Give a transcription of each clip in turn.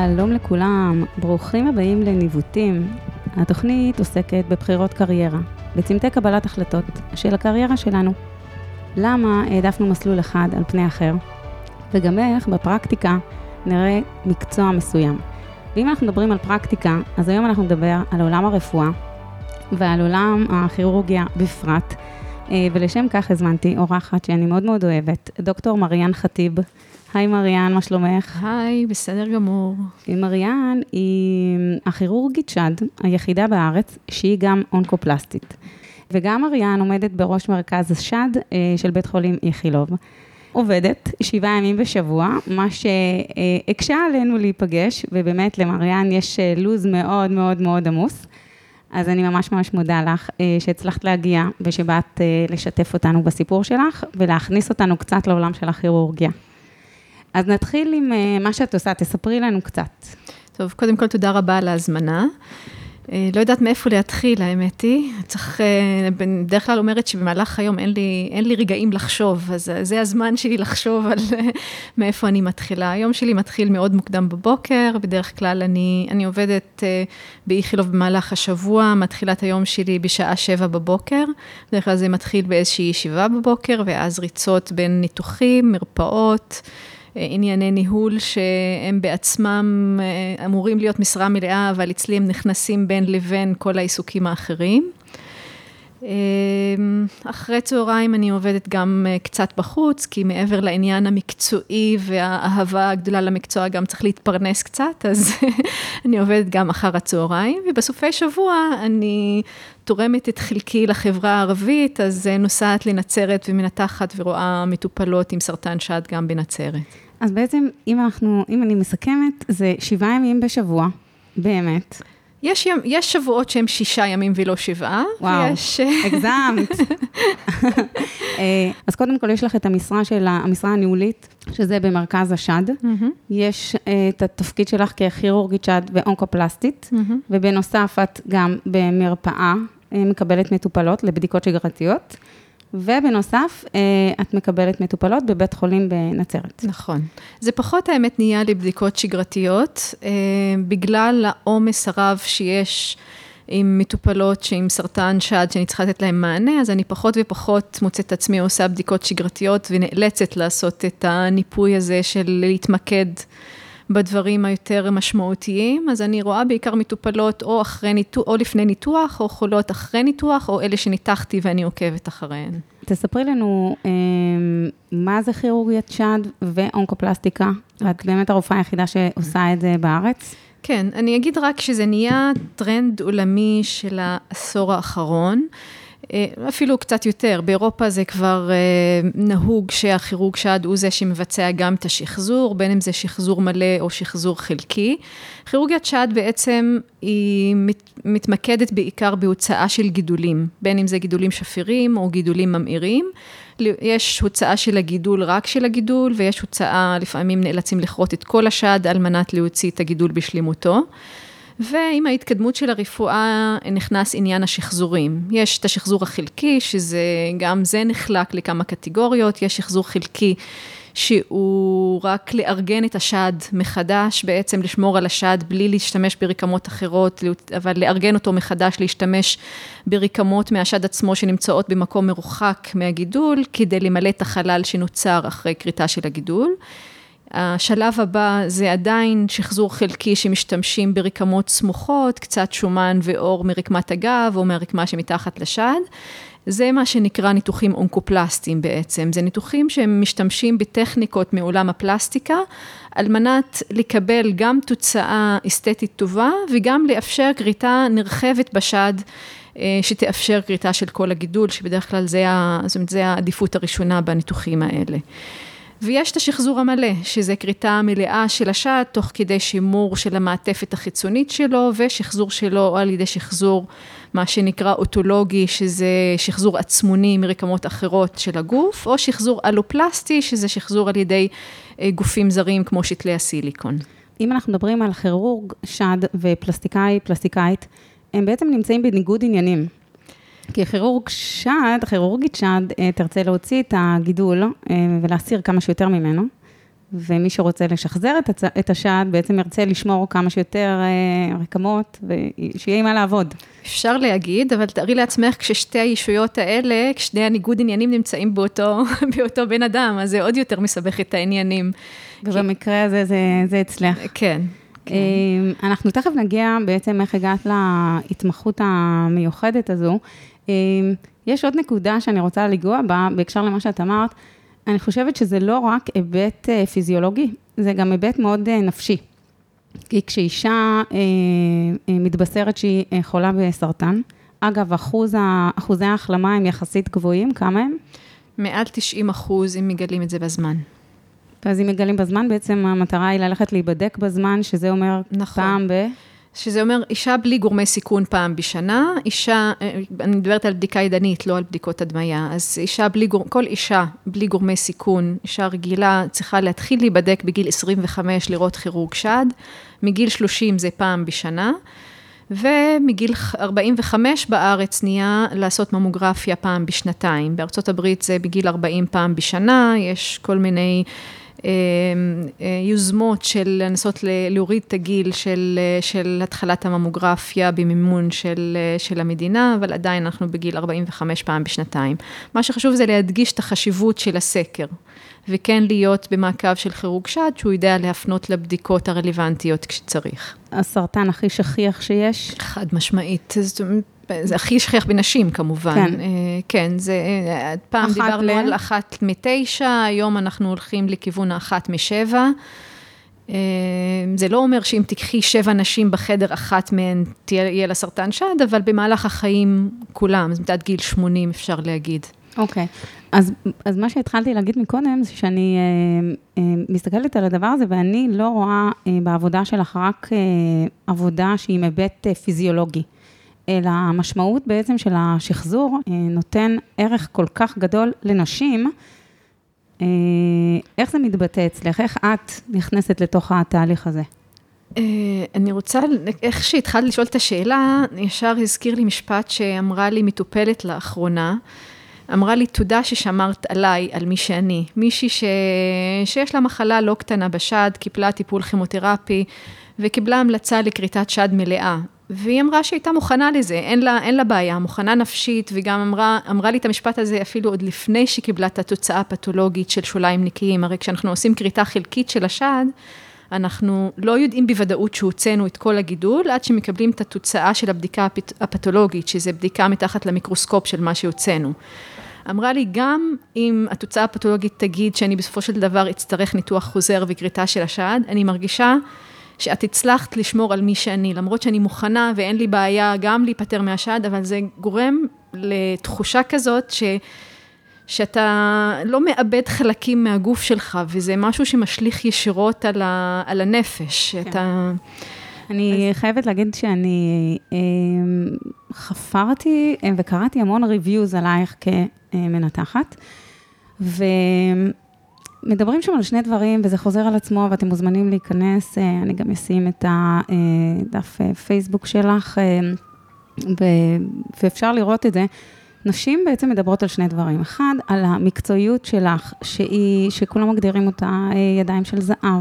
שלום לכולם, ברוכים הבאים לניווטים. התוכנית עוסקת בבחירות קריירה, בצמתי קבלת החלטות של הקריירה שלנו. למה העדפנו מסלול אחד על פני אחר? וגם איך בפרקטיקה נראה מקצוע מסוים. ואם אנחנו מדברים על פרקטיקה, אז היום אנחנו נדבר על עולם הרפואה ועל עולם הכירורגיה בפרט. ולשם כך הזמנתי אורחת שאני מאוד מאוד אוהבת, דוקטור מריאן חטיב. היי מריאן, מה שלומך? היי, בסדר גמור. מריאן היא הכירורגית שד היחידה בארץ, שהיא גם אונקופלסטית. וגם מריאן עומדת בראש מרכז השד של בית חולים איכילוב. עובדת 7 ימים בשבוע, מה שהקשה עלינו להיפגש, ובאמת למריאן יש לוז מאוד מאוד מאוד עמוס. אז אני ממש ממש מודה לך שהצלחת להגיע ושבאת לשתף אותנו בסיפור שלך, ולהכניס אותנו קצת לעולם של הכירורגיה. אז נתחיל עם מה שאת עושה, תספרי לנו קצת. טוב, קודם כל תודה רבה על ההזמנה. לא יודעת מאיפה להתחיל, האמת היא. בדרך כלל אומרת שבמהלך היום אין לי רגעים לחשוב, אז זה הזמן שלי לחשוב על מאיפה אני מתחילה. היום שלי מתחיל מאוד מוקדם בבוקר, בדרך כלל אני עובדת באיכילוב במהלך השבוע, מתחילת היום שלי בשעה 7 בבוקר, בדרך כלל זה מתחיל באיזושהי ישיבה בבוקר, ואז ריצות בין ניתוחים, מרפאות, ענייני ניהול שהם בעצמם אמורים להיות משרה מלאה, אבל אצלי הם נכנסים בין לבין כל העיסוקים האחרים. אחרי צהריים אני עובדת גם קצת בחוץ, כי מעבר לעניין המקצועי והאהבה הגדולה למקצוע, גם צריך להתפרנס קצת, אז אני עובדת גם אחר הצהריים, ובסופי שבוע אני תורמת את חלקי לחברה הערבית, אז נוסעת לנצרת ומנתחת ורואה מטופלות עם סרטן שד גם בנצרת. אז בעצם אם אני מסכמת, זה 7 ימים בשבוע, באמת. יש שבועות שהם 6 ימים ולא 7. וואו, הגזמת. אז קודם כל יש לך את המשרה הניהולית, שזה במרכז השד. יש את התפקיד שלך ככירורגית שד ואונקופלסטית, ובנוסף את גם במרפאה מקבלת מטופלות לבדיקות שגרתיות, ובנוסף, את מקבלת מטופלות בבית חולים בנצרת. נכון. זה פחות האמת נהיה לבדיקות שגרתיות, בגלל העומס הרב שיש עם מטופלות שעם סרטן שד, שאני צריכה לתת להם מענה, אז אני פחות ופחות מוצאת עצמי עושה בדיקות שגרתיות, ונאלצת לעשות את הניפוי הזה של להתמקד בדברים היותר משמעותיים, אז אני רואה בעיקר מטופלות או לפני ניתוח, או חולות אחרי ניתוח, או אלה שניתחתי ואני עוקבת אחריהן. תספרי לנו מה זה כירורגיית שד ואונקופלסטיקה, ואת באמת הרופאה היחידה שעושה את זה בארץ? כן, אני אגיד רק שזה נהיה טרנד עולמי של העשור האחרון, אפילו קצת יותר, באירופה זה כבר נהוג שהכירורג שד הוא זה שמבצע גם את השחזור, בין אם זה שחזור מלא או שחזור חלקי. כירורגיית שד בעצם היא מתמקדת בעיקר בהוצאה של גידולים, בין אם זה גידולים שפירים או גידולים ממאירים. יש הוצאה של הגידול רק של הגידול, ויש הוצאה, לפעמים נאלצים לכרות את כל השד על מנת להוציא את הגידול בשלמותו. ועם ההתקדמות של הרפואה נכנס עניין השחזורים. יש את השחזור החלקי, שזה גם זה נחלק לכמה קטגוריות, יש שחזור חלקי שהוא רק לארגן את השד מחדש, בעצם לשמור על השד בלי להשתמש ברקמות אחרות, אבל לארגן אותו מחדש, להשתמש ברקמות מהשד עצמו שנמצאות במקום מרוחק מהגידול, כדי למלא את החלל שנוצר אחרי קריטה של הגידול. השלב הבא זה עדיין שחזור חלקי שמשתמשים ברקמות סמוכות, קצת שומן ואור מרקמת הגב או מהרקמה שמתחת לשד. זה מה שנקרא ניתוחים אונקופלסטיים בעצם. זה ניתוחים שהם משתמשים בטכניקות מעולם הפלסטיקה, על מנת לקבל גם תוצאה אסתטית טובה, וגם לאפשר קריטה נרחבת בשד, שתאפשר קריטה של כל הגידול, שבדרך כלל זה העדיפות הראשונה בניתוחים האלה. ויש את השחזור המלא, שזה קריטה מלאה של השד, תוך כדי שימור של המעטפת החיצונית שלו, ושחזור שלו או על ידי שחזור, מה שנקרא אוטולוגי, שזה שחזור עצמוני מרקמות אחרות של הגוף, או שחזור אלופלסטי, שזה שחזור על ידי גופים זרים כמו שתלי הסיליקון. אם אנחנו מדברים על כירורג שד ופלסטיקאית, הם בעצם נמצאים בניגוד עניינים. כי כירורגית שד תרצה להוציא את הגידול ולהסיר כמה שיותר ממנו, ומי שרוצה לשחזר את השד, בעצם ירצה לשמור כמה שיותר רקמות, ושיהיה עם מה לעבוד. אפשר להגיד, אבל תארי לעצמך, כששתי הישויות האלה, כששני הניגוד עניינים נמצאים באותו בן אדם, אז זה עוד יותר מסבך את העניינים. ובמקרה הזה זה אצלך. כן. אנחנו תכף נגיע בעצם איך הגעת להתמחות המיוחדת הזו. יש עוד נקודה שאני רוצה לגוע בה, בהקשר למה שאת אמרת, אני חושבת שזה לא רק היבט פיזיולוגי, זה גם היבט מאוד נפשי. כי כשאישה מתבשרת שהיא חולה בסרטן, אגב, אחוזי ההחלמה הם יחסית גבוהים, כמה הם? מעל 90% אם מגלים את זה בזמן. אז אם מגלים בזמן, בעצם המטרה היא ללכת להיבדק בזמן, שזה אומר נכון. פעם שזה אומר, אישה בלי גורמי סיכון פעם בשנה, אני מדברת על בדיקה ידנית, לא על בדיקות הדמיה, אז כל אישה בלי גורמי סיכון, אישה רגילה, צריכה להתחיל להיבדק בגיל 25 לראות כירורג שד, מגיל 30 זה פעם בשנה, ומגיל 45 בארץ נהיה לעשות ממוגרפיה פעם בשנתיים. בארצות הברית זה בגיל 40 פעם בשנה, יש כל מיני יוזמות של לנסות להוריד את הגיל של התחלת הממוגרפיה במימון של המדינה, אבל עדיין אנחנו בגיל 45 פעם בשנתיים. מה שחשוב זה להדגיש את החשיבות של הסקר, וכן להיות במעקב של כירורג שד, שהוא יודע להפנות לבדיקות הרלוונטיות כשצריך. הסרטן הכי שכיח שיש? חד משמעית, זה הכי שכיח בנשים כמובן. כן. כן, פעם דיברנו על 1 מ-9, היום אנחנו הולכים לכיוון 1 מ-7. זה לא אומר שאם תקחי 7 נשים בחדר, 1 מהן תהיה לה סרטן שד, אבל במהלך החיים כולם, אז מתעד גיל 80 אפשר להגיד. אוקיי, אז מה שהתחלתי להגיד מקודם, זה שאני מסתכלת על הדבר הזה, ואני לא רואה בעבודה שלך רק עבודה שהיא מבית פיזיולוגי, אלא המשמעות בעצם של השחזור נותן ערך כל כך גדול לנשים. איך זה מתבטא אצלך? איך את נכנסת לתוך התהליך הזה? אני רוצה, איך שהתחלת לשאול את השאלה, ישר הזכיר לי משפט שאמרה לי מטופלת לאחרונה, אמרה לי, תודה ששמרת עליי, על מי שאני. מישהי שיש לה מחלה לא קטנה בשד, קיבלה טיפול כימותרפי, וקיבלה המלצה לכריתת שד מלאה. והיא אמרה שהייתה מוכנה לזה, אין לה בעיה, מוכנה נפשית, וגם אמרה לי את המשפט הזה אפילו עוד לפני שקיבלה את התוצאה הפתולוגית של שוליים נקיים. הרי כשאנחנו עושים כריתה חלקית של השד, אנחנו לא יודעים בוודאות שהוצאנו את כל הגידול, עד שמקבלים את התוצאה של הבדיקה הפתולוגית, שזה בדיקה מתחת למיקרוסקופ של מה שהוצאנו. אמרה לי, גם אם התוצאה הפתולוגית תגיד שאני בסופו של דבר אצטרך ניתוח חוזר וכריתה של השד, אני מרגישה שאת הצלחת לשמור על מי שאני, למרות שאני מוכנה ואין לי בעיה גם להיפטר מהשד, אבל זה גורם לתחושה כזאת שאתה לא מאבד חלקים מהגוף שלך, וזה משהו שמשליך ישירות על הנפש. כן. אני חייבת להגיד שאני חפרתי וקראתי המון ריוויוז עלייך כמנתחת, ומדברים שם על שני דברים, וזה חוזר על עצמו, ואתם מוזמנים להיכנס, אני גם אשים את הדף פייסבוק שלך, ואפשר לראות את זה. נשים בעצם מדברות על שני דברים. אחד, על המקצועיות שלך, שכולם מגדירים אותה ידיים של זהב,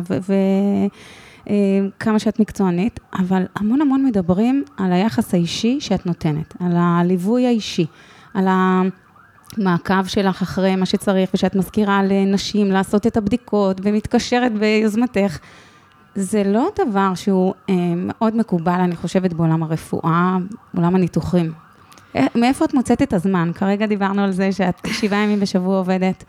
וכמה שאת מקצוענית, אבל המון המון מדברים על היחס האישי שאת נותנת, על הליווי האישי, על המעקב שלך אחרי מה שצריך, ושאת מזכירה לנשים לעשות את הבדיקות, ומתקשרת ביוזמתך. זה לא דבר שהוא מאוד מקובל, אני חושבת, בעולם הרפואה, בעולם הניתוחים. מאיפה את מוצאת את הזמן? כרגע דיברנו על זה שאת 7 ימים בשבוע עובדת.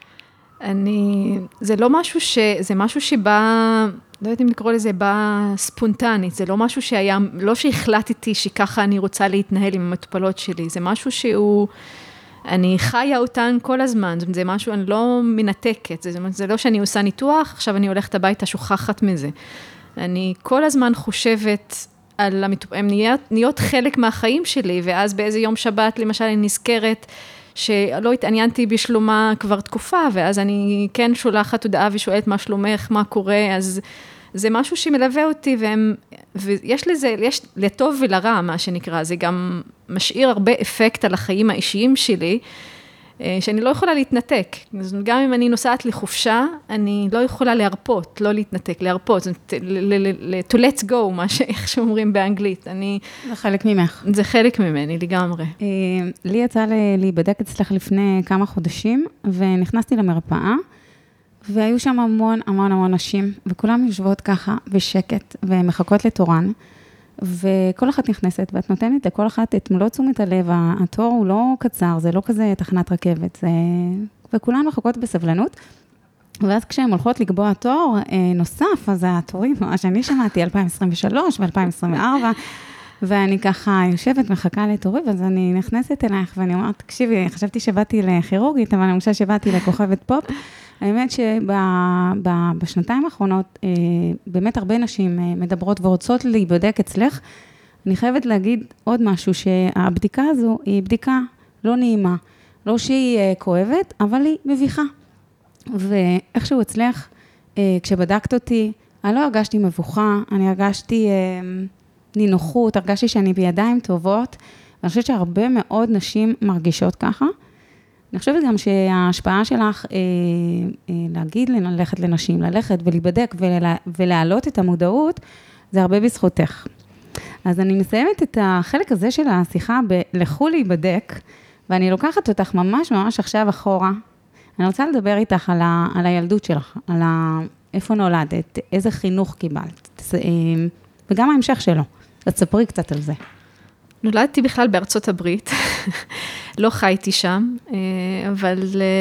זה לא משהו זה משהו שבא, לא יודעת אם לקרוא לזה, בא ספונטנית, זה לא משהו שהיה, לא שהחלטתי שככה אני רוצה להתנהל עם המטופלות שלי, זה משהו שהוא, אני חיה אותן כל הזמן, זה משהו, אני לא מנתקת, זה לא שאני עושה ניתוח, עכשיו אני הולכת הביתה שוכחת מזה. אני כל הזמן חושבת על הן נהיות חלק מהחיים שלי, ואז באיזה יום שבת, למשל, אני נזכרת שלא התעניינתי בשלומה כבר תקופה, ואז אני כן שולחת הודעה ושואלת מה שלומך, מה קורה, אז זה משהו שמלווה אותי, ויש לזה, יש לטוב ולרע, מה שנקרא, זה גם משאיר הרבה אפקט על החיים האישיים שלי, שאני לא יכולה להתנתק. גם אם אני נוסעת לחופשה, אני לא יכולה להרפות, לא להתנתק, להרפות, to let go, איך שאומרים באנגלית. זה חלק ממך. זה חלק ממני, לגמרי. לי יצא להיבדק אצלך לפני כמה חודשים, ונכנסתי למרפאה, והיו שם המון נשים, וכולם יושבות ככה בשקט, ומחכות לתורן, וכל אחת נכנסת, ואת נותנת לכל אחת את מלוא תשומת הלב, התור הוא לא קצר, זה לא כזה תחנת רכבת, וכולן מחכות בסבלנות, ואז כשהן הולכות לקבוע תור נוסף, אז התורים, שאני שמעתי 2023 ו-2024, ואני ככה יושבת, מחכה לתורי, ואז אני נכנסת אלייך, ואני אומרת, תקשיבי, חשבתי שבאתי לכירורגית, אבל אני חושבת שבאתי לכוכבת פופ, האמת שבשנתיים האחרונות, באמת הרבה נשים מדברות ורוצות להיבדק אצלך. אני חייבת להגיד עוד משהו, שהבדיקה הזו היא בדיקה לא נעימה, לא שהיא כואבת, אבל היא מביכה. ואיכשהו אצלך, כשבדקת אותי, אני לא הרגשתי מבוכה, אני הרגשתי נינוחות, הרגשתי שאני בידיים טובות, ואני חושבת שהרבה מאוד נשים מרגישות ככה. אני חושבת גם שההשפעה שלך להגיד, ללכת לנשים, ללכת ולהיבדק ולהעלות את המודעות, זה הרבה בזכותך. אז אני מסיימת את החלק הזה של השיחה בלכו להיבדק, ואני לוקחת אותך ממש עכשיו אחורה. אני רוצה לדבר איתך על הילדות שלך, על איפה נולדת, איזה חינוך קיבלת, וגם ההמשך שלו. תספרי קצת על זה. נולדתי בכלל בארצות הברית, לא חייתי שם, אבל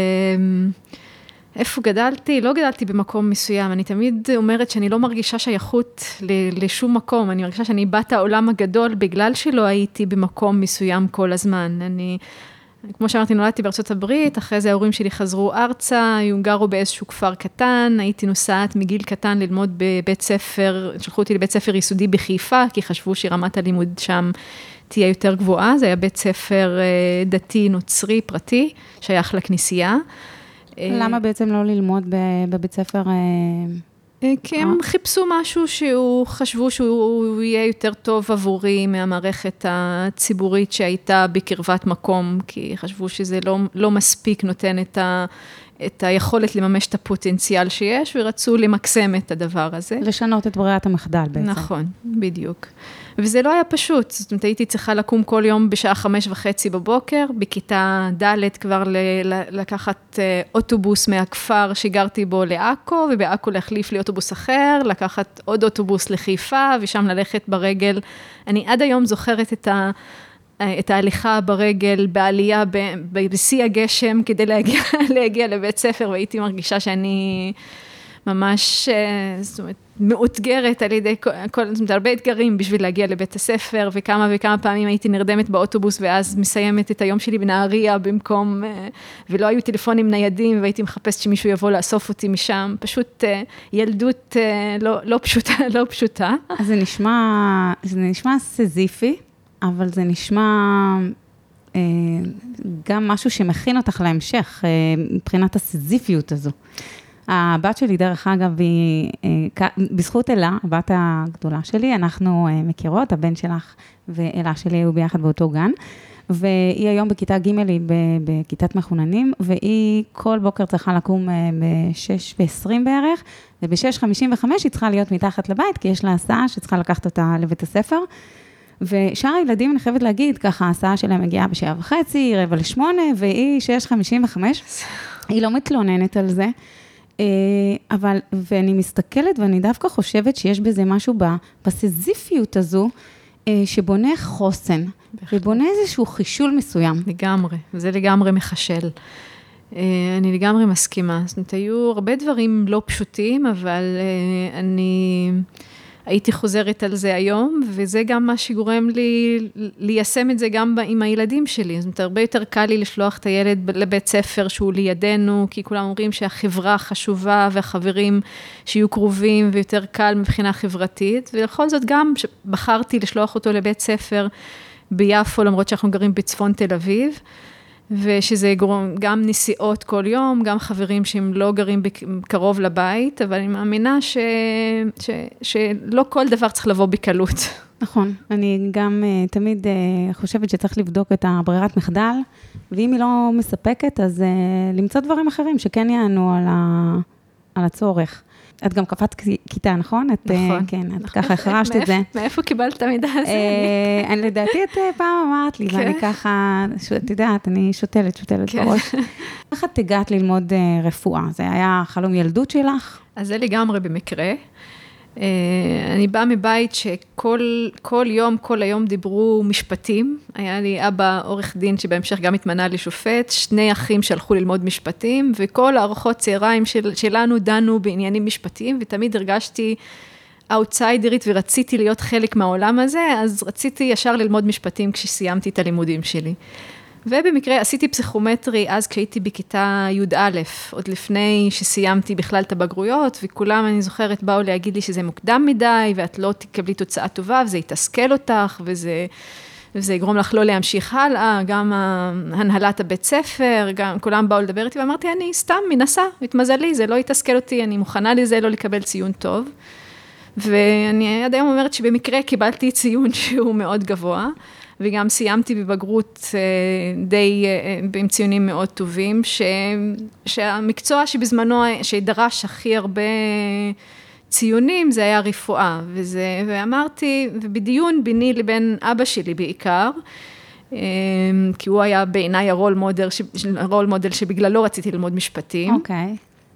איפה גדלתי? לא גדלתי במקום מסוים, אני תמיד אומרת שאני לא מרגישה שייכות לשום מקום, אני מרגישה שאני בת העולם הגדול, בגלל שלא הייתי במקום מסוים כל הזמן. כמו שאמרתי, נולדתי בארצות הברית, אחרי זה ההורים שלי חזרו ארצה, היו גרו באיזשהו כפר קטן, הייתי נוסעת מגיל קטן ללמוד בבית ספר, שלחו אותי לבית ספר יסודי בחיפה, כי חשבו שרמת הלימוד שם תהיה יותר גבוהה, זה היה בית ספר דתי נוצרי פרטי, שייך לכנסייה. למה בעצם לא ללמוד בבית ספר? כי הם חיפשו משהו שהוא חשבו שהוא יהיה יותר טוב עבורי מהמערכת הציבורית שהייתה בקרבת מקום, כי חשבו שזה לא מספיק נותן את היכולת לממש את הפוטנציאל שיש, ורצו למקסם את הדבר הזה. לשנות את ברירת המחדל בעצם. נכון, בדיוק. וזה לא היה פשוט, זאת אומרת, הייתי צריכה לקום כל יום בשעה 5:30 בבוקר, בכיתה ד' כבר לקחת אוטובוס מהכפר שגרתי בו לעכו, ובעכו להחליף לי אוטובוס אחר, לקחת עוד אוטובוס לחיפה, ושם ללכת ברגל. אני עד היום זוכרת את ההליכה ברגל, בעלייה, בשיא הגשם, כדי להגיע לבית ספר, והייתי מרגישה שאני ממש, זאת אומרת, מאותגרת על ידי זאת אומרת, הרבה אתגרים בשביל להגיע לבית הספר, וכמה פעמים הייתי נרדמת באוטובוס, ואז מסיימת את היום שלי בנהריה במקום, ולא היו טלפונים ניידים, והייתי מחפשת שמישהו יבוא לאסוף אותי משם, פשוט ילדות לא פשוטה. אז זה נשמע סזיפי, אבל זה נשמע גם משהו שמכין אותך להמשך, מבחינת הסזיפיות הזו. הבת שלי, דרך אגב, היא, בזכות אלה, הבת הגדולה שלי, אנחנו מכירות, הבן שלך ואלה שלי היו ביחד באותו גן, והיא היום בכיתה ג' היא בכיתת מחוננים, והיא כל בוקר צריכה לקום ב-6:20 בערך, וב-6:55 היא צריכה להיות מתחת לבית, כי יש לה הסעה שצריכה לקחת אותה לבית הספר, ושאר הילדים, אני חייבת להגיד, ככה, ההסעה שלהם מגיעה ב7:30, 7:45, והיא 6:55, היא לא מתלוננת על זה, אבל, ואני מסתכלת, ואני דווקא חושבת שיש בזה משהו בסזיפיות הזו, שבונה חוסן, ובונה איזשהו חישול מסוים. לגמרי, זה לגמרי מחשל. אני לגמרי מסכימה. זאת אומרת, היו הרבה דברים לא פשוטים, אבל אני הייתי חוזרת על זה היום, וזה גם מה שגורם לי ליישם את זה גם עם הילדים שלי. זאת אומרת, הרבה יותר קל לי לשלוח את הילד לבית ספר שהוא לידינו, כי כולם אומרים שהחברה חשובה, והחברים שיהיו קרובים, ויותר קל מבחינה חברתית, ולכל זאת גם בחרתי לשלוח אותו לבית ספר ביפו, למרות שאנחנו גרים בצפון תל אביב, ושזה גם נסיעות כל יום, גם חברים שהם לא גרים קרוב לבית, אבל אני מאמינה שלא כל דבר צריך לבוא בקלות. נכון, אני גם תמיד חושבת שצריך לבדוק את הברירת מחדל, ואם היא לא מספקת, אז למצוא דברים אחרים שכן יענו על הצורך. את גם קפאת כיתה, נכון? נכון. כן, את ככה החרשת את זה. מאיפה קיבלת את המידע הזה? לדעתי את פעם אמרת לי, ואני ככה, את יודעת, אני שותלת בראש. איך את הגעת ללמוד רפואה? זה היה חלום ילדות שלך? אז זה לגמרי במקרה. אני באה מבית שכל יום, כל היום דיברו משפטים. היה לי אבא עורך דין שבהמשך גם התמנה לשופט, 2 אחים שהלכו ללמוד משפטים, וכל הארוחות צהריים שלנו דנו בעניינים משפטיים, ותמיד הרגשתי אאוטסיידרית ורציתי להיות חלק מהעולם הזה, אז רציתי ישר ללמוד משפטים כשסיימתי את הלימודים שלי. ובמקרה עשיתי פסיכומטרי אז כשהייתי בכיתה י"א, עוד לפני שסיימתי בכלל את הבגרויות, וכולם, אני זוכרת, באו להגיד לי שזה מוקדם מדי, ואת לא תקבלי תוצאה טובה, וזה יתסכל אותך, וזה יגרום לך לא להמשיך הלאה, גם הנהלת הבית ספר, גם כולם באו לדבר איתי, ואמרתי, אני סתם מנסה, התמזלי, זה לא יתסכל אותי, אני מוכנה לזה לא לקבל ציון טוב, ואני עד היום אומרת שבמקרה קיבלתי ציון שהוא מאוד גבוה, וגם סיימתי בבגרות די עם ציונים מאוד טובים, שהמקצוע שבזמנו, שדרש הכי הרבה ציונים, זה היה רפואה, ואמרתי, ובדיון ביני לבין אבא שלי בעיקר, כי הוא היה בעיניי הרול מודל שבגללו רציתי ללמוד משפטים. אוקיי.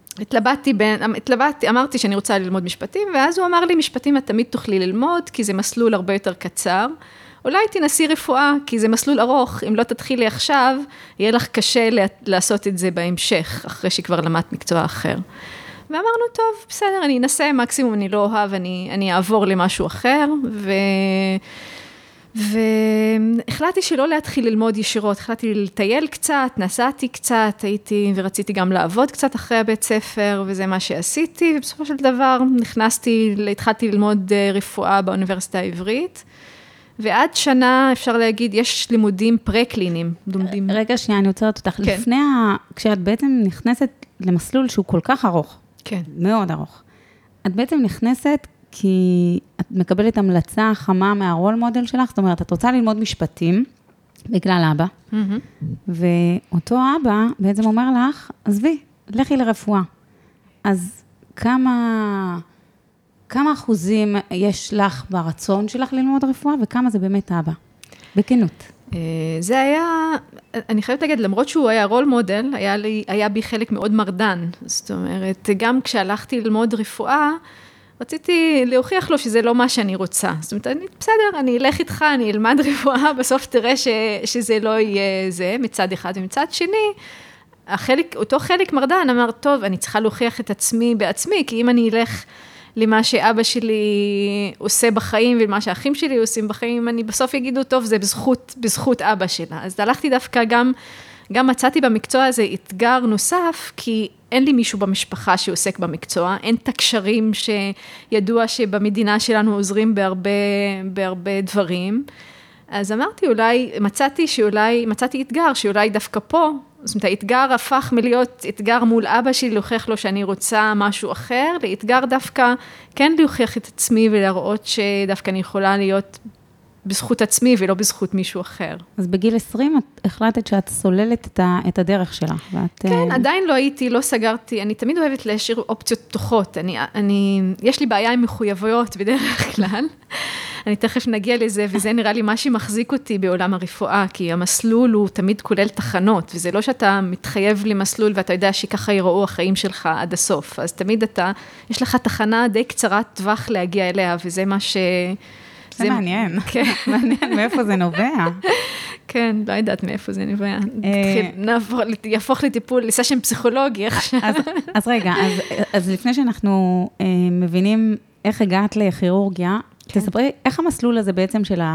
אמרתי שאני רוצה ללמוד משפטים, ואז הוא אמר לי, משפטים את תמיד תוכלי ללמוד, כי זה מסלול הרבה יותר קצר, אולי תנסי רפואה, כי זה מסלול ארוך, אם לא תתחילי עכשיו, יהיה לך קשה לעשות את זה בהמשך, אחרי שכבר למדת מקצוע אחר. ואמרנו, טוב, בסדר, אני אנסה, מקסימום אני לא אוהב, אני אעבור למשהו אחר, והחלטתי שלא להתחיל ללמוד ישירות, החלטתי לטייל קצת, נסעתי קצת, ורציתי גם לעבוד קצת אחרי הבית ספר, וזה מה שעשיתי, ובסופו של דבר התחלתי ללמוד רפואה באוניברסיטה העברית, ועד שנה, אפשר להגיד, יש לימודים פרה-קליניים. רגע, שנייה, אני רוצה אותך. כן. לפני, כשאת בעצם נכנסת למסלול שהוא כל כך ארוך, כן. מאוד ארוך, את בעצם נכנסת כי את מקבלת המלצה חמה מהרול מודל שלך, זאת אומרת, את רוצה ללמוד משפטים, בגלל אבא, ואותו אבא בעצם אומר לך, עזבי, לכי לרפואה. אז כמה אחוזים יש לך ברצון שלך ללמוד רפואה, וכמה זה באמת אבא? בכנות. זה היה, אני חייבת להגיד, למרות שהוא היה רול מודל, היה בי חלק מאוד מרדן. זאת אומרת, גם כשהלכתי ללמוד רפואה, רציתי להוכיח לו שזה לא מה שאני רוצה. זאת אומרת, בסדר, אני אלך איתך, אני אלמד רפואה, בסוף תראה שזה לא יהיה זה, מצד אחד ומצד שני, אותו חלק מרדן אמר, טוב, אני צריכה להוכיח את עצמי בעצמי, כי אם אני אלך למה שאבא שלי עושה בחיים, ולמה שהאחים שלי עושים בחיים, אני בסוף יגידו, טוב, זה בזכות אבא שלה. אז הלכתי דווקא גם מצאתי במקצוע הזה אתגר נוסף, כי אין לי מישהו במשפחה שעוסק במקצוע, אין את הקשרים שידוע שבמדינה שלנו עוזרים בהרבה דברים. אז אמרתי, מצאתי אתגר, שאולי דווקא פה, זאת אומרת, האתגר הפך מלהיות אתגר מול אבא שלי, להוכיח לו שאני רוצה משהו אחר, לאתגר דווקא כן להוכיח את עצמי ולהראות שדווקא אני יכולה להיות בזכות עצמי ולא בזכות מישהו אחר. אז בגיל 20 את החלטת שאת סוללת את הדרך שלך. כן, עדיין לא סגרתי, אני תמיד אוהבת להשאיר אופציות פתוחות, יש לי בעיה עם מחויבויות בדרך כלל, אני תכף נגיע לזה, וזה נראה לי מה שמחזיק אותי בעולם הרפואה, כי המסלול הוא תמיד כולל תחנות, וזה לא שאתה מתחייב למסלול, ואתה יודע שככה יראו החיים שלך עד הסוף, אז תמיד יש לך תחנה די קצרת טווח להגיע אליה, וזה מה זה מעניין, מעניין מאיפה זה נובע. כן, לא יודעת מאיפה זה נובע. יהפוך לטיפול, לסשן פסיכולוגי עכשיו. אז רגע, אז לפני שאנחנו מבינים איך הגעת לכירורגיה, תספרי איך המסלול הזה בעצם של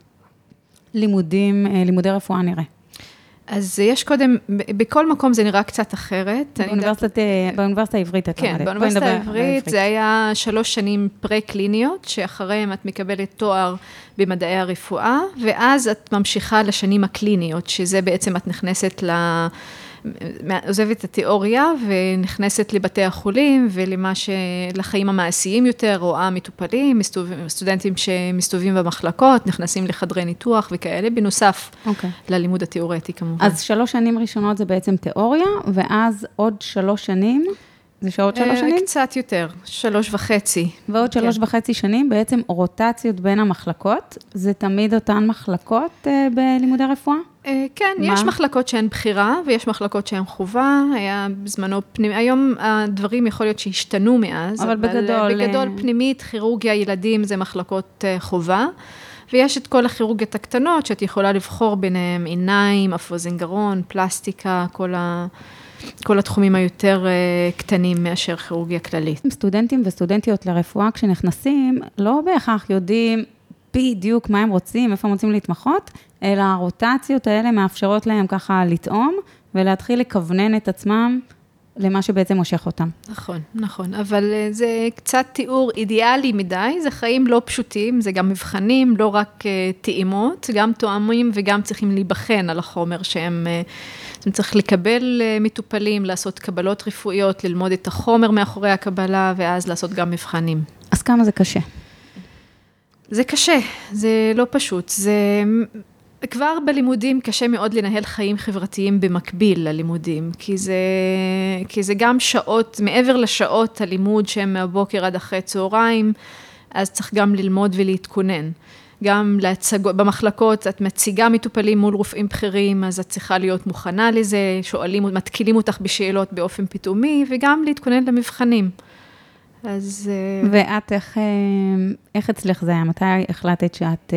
לימודי רפואה נראה. אז יש קודם, בכל מקום זה נראה קצת אחרת. באוניברסיטה העברית את לומדת. כן, באוניברסיטה העברית זה היה 3 שנים פרה-קליניות, שאחריהם את מקבלת תואר במדעי הרפואה, ואז את ממשיכה לשנים הקליניות, שזה בעצם את נכנסת עוזבת את התיאוריה ונכנסת לבתי החולים לחיים המעשיים יותר, רואה מטופלים, סטודנטים שמסתובבים במחלקות, נכנסים לחדרי ניתוח וכאלה, בנוסף ללימוד התיאורטי כמובן. אז 3 שנים ראשונות זה בעצם תיאוריה, ואז עוד 3 שנים, זה שעוד 3 שנים? קצת יותר, 3.5. ועוד 3.5 שנים, בעצם רוטציות בין המחלקות, זה תמיד אותן מחלקות בלימודי רפואה? כן, יש מחלקות שהן בחירה, ויש מחלקות שהן חובה, היה בזמנו פנימי, היום הדברים יכול להיות שהשתנו מאז, אבל בגדול פנימית, כירורגיה, ילדים, זה מחלקות חובה, ויש את כל הכירורגיות הקטנות, שאת יכולה לבחור ביניהם, עיניים, אפוזן גרון, פלסטיקה, כל התחומים היותר קטנים מאשר כירורגיה כללית. סטודנטים וסטודנטיות לרפואה, כשנכנסים, לא בהכרח יודעים בדיוק מה הם רוצים, איפה הם רוצים להתמחות, אלא הרוטציות האלה מאפשרות להם ככה לטעום, ולהתחיל לכוונן את עצמם למה שבעצם מושך אותם. נכון, נכון, אבל זה קצת תיאור אידיאלי מדי, זה חיים לא פשוטים, זה גם מבחנים, לא רק טעימות, גם תואמים וגם צריכים להיבחן על החומר שהם צריך לקבל מטופלים, לעשות קבלות רפואיות, ללמוד את החומר מאחורי הקבלה, ואז לעשות גם מבחנים. אז כמה זה קשה? זה קשה, זה לא פשוט, זה כבר בלימודים קשה מאוד לנהל חיים חברתיים במקביל ללימודים, כי זה גם שעות, מעבר לשעות הלימוד שהן מהבוקר עד אחרי צהריים, אז צריך גם ללמוד ולהתכונן. גם במחלקות, את מציגה מטופלים מול רופאים בכירים, אז את צריכה להיות מוכנה לזה, מתקילים אותך בשאלות באופן פתאומי, וגם להתכונן למבחנים. אז ואת איך אצלך זה היה? מתי החלטת שאת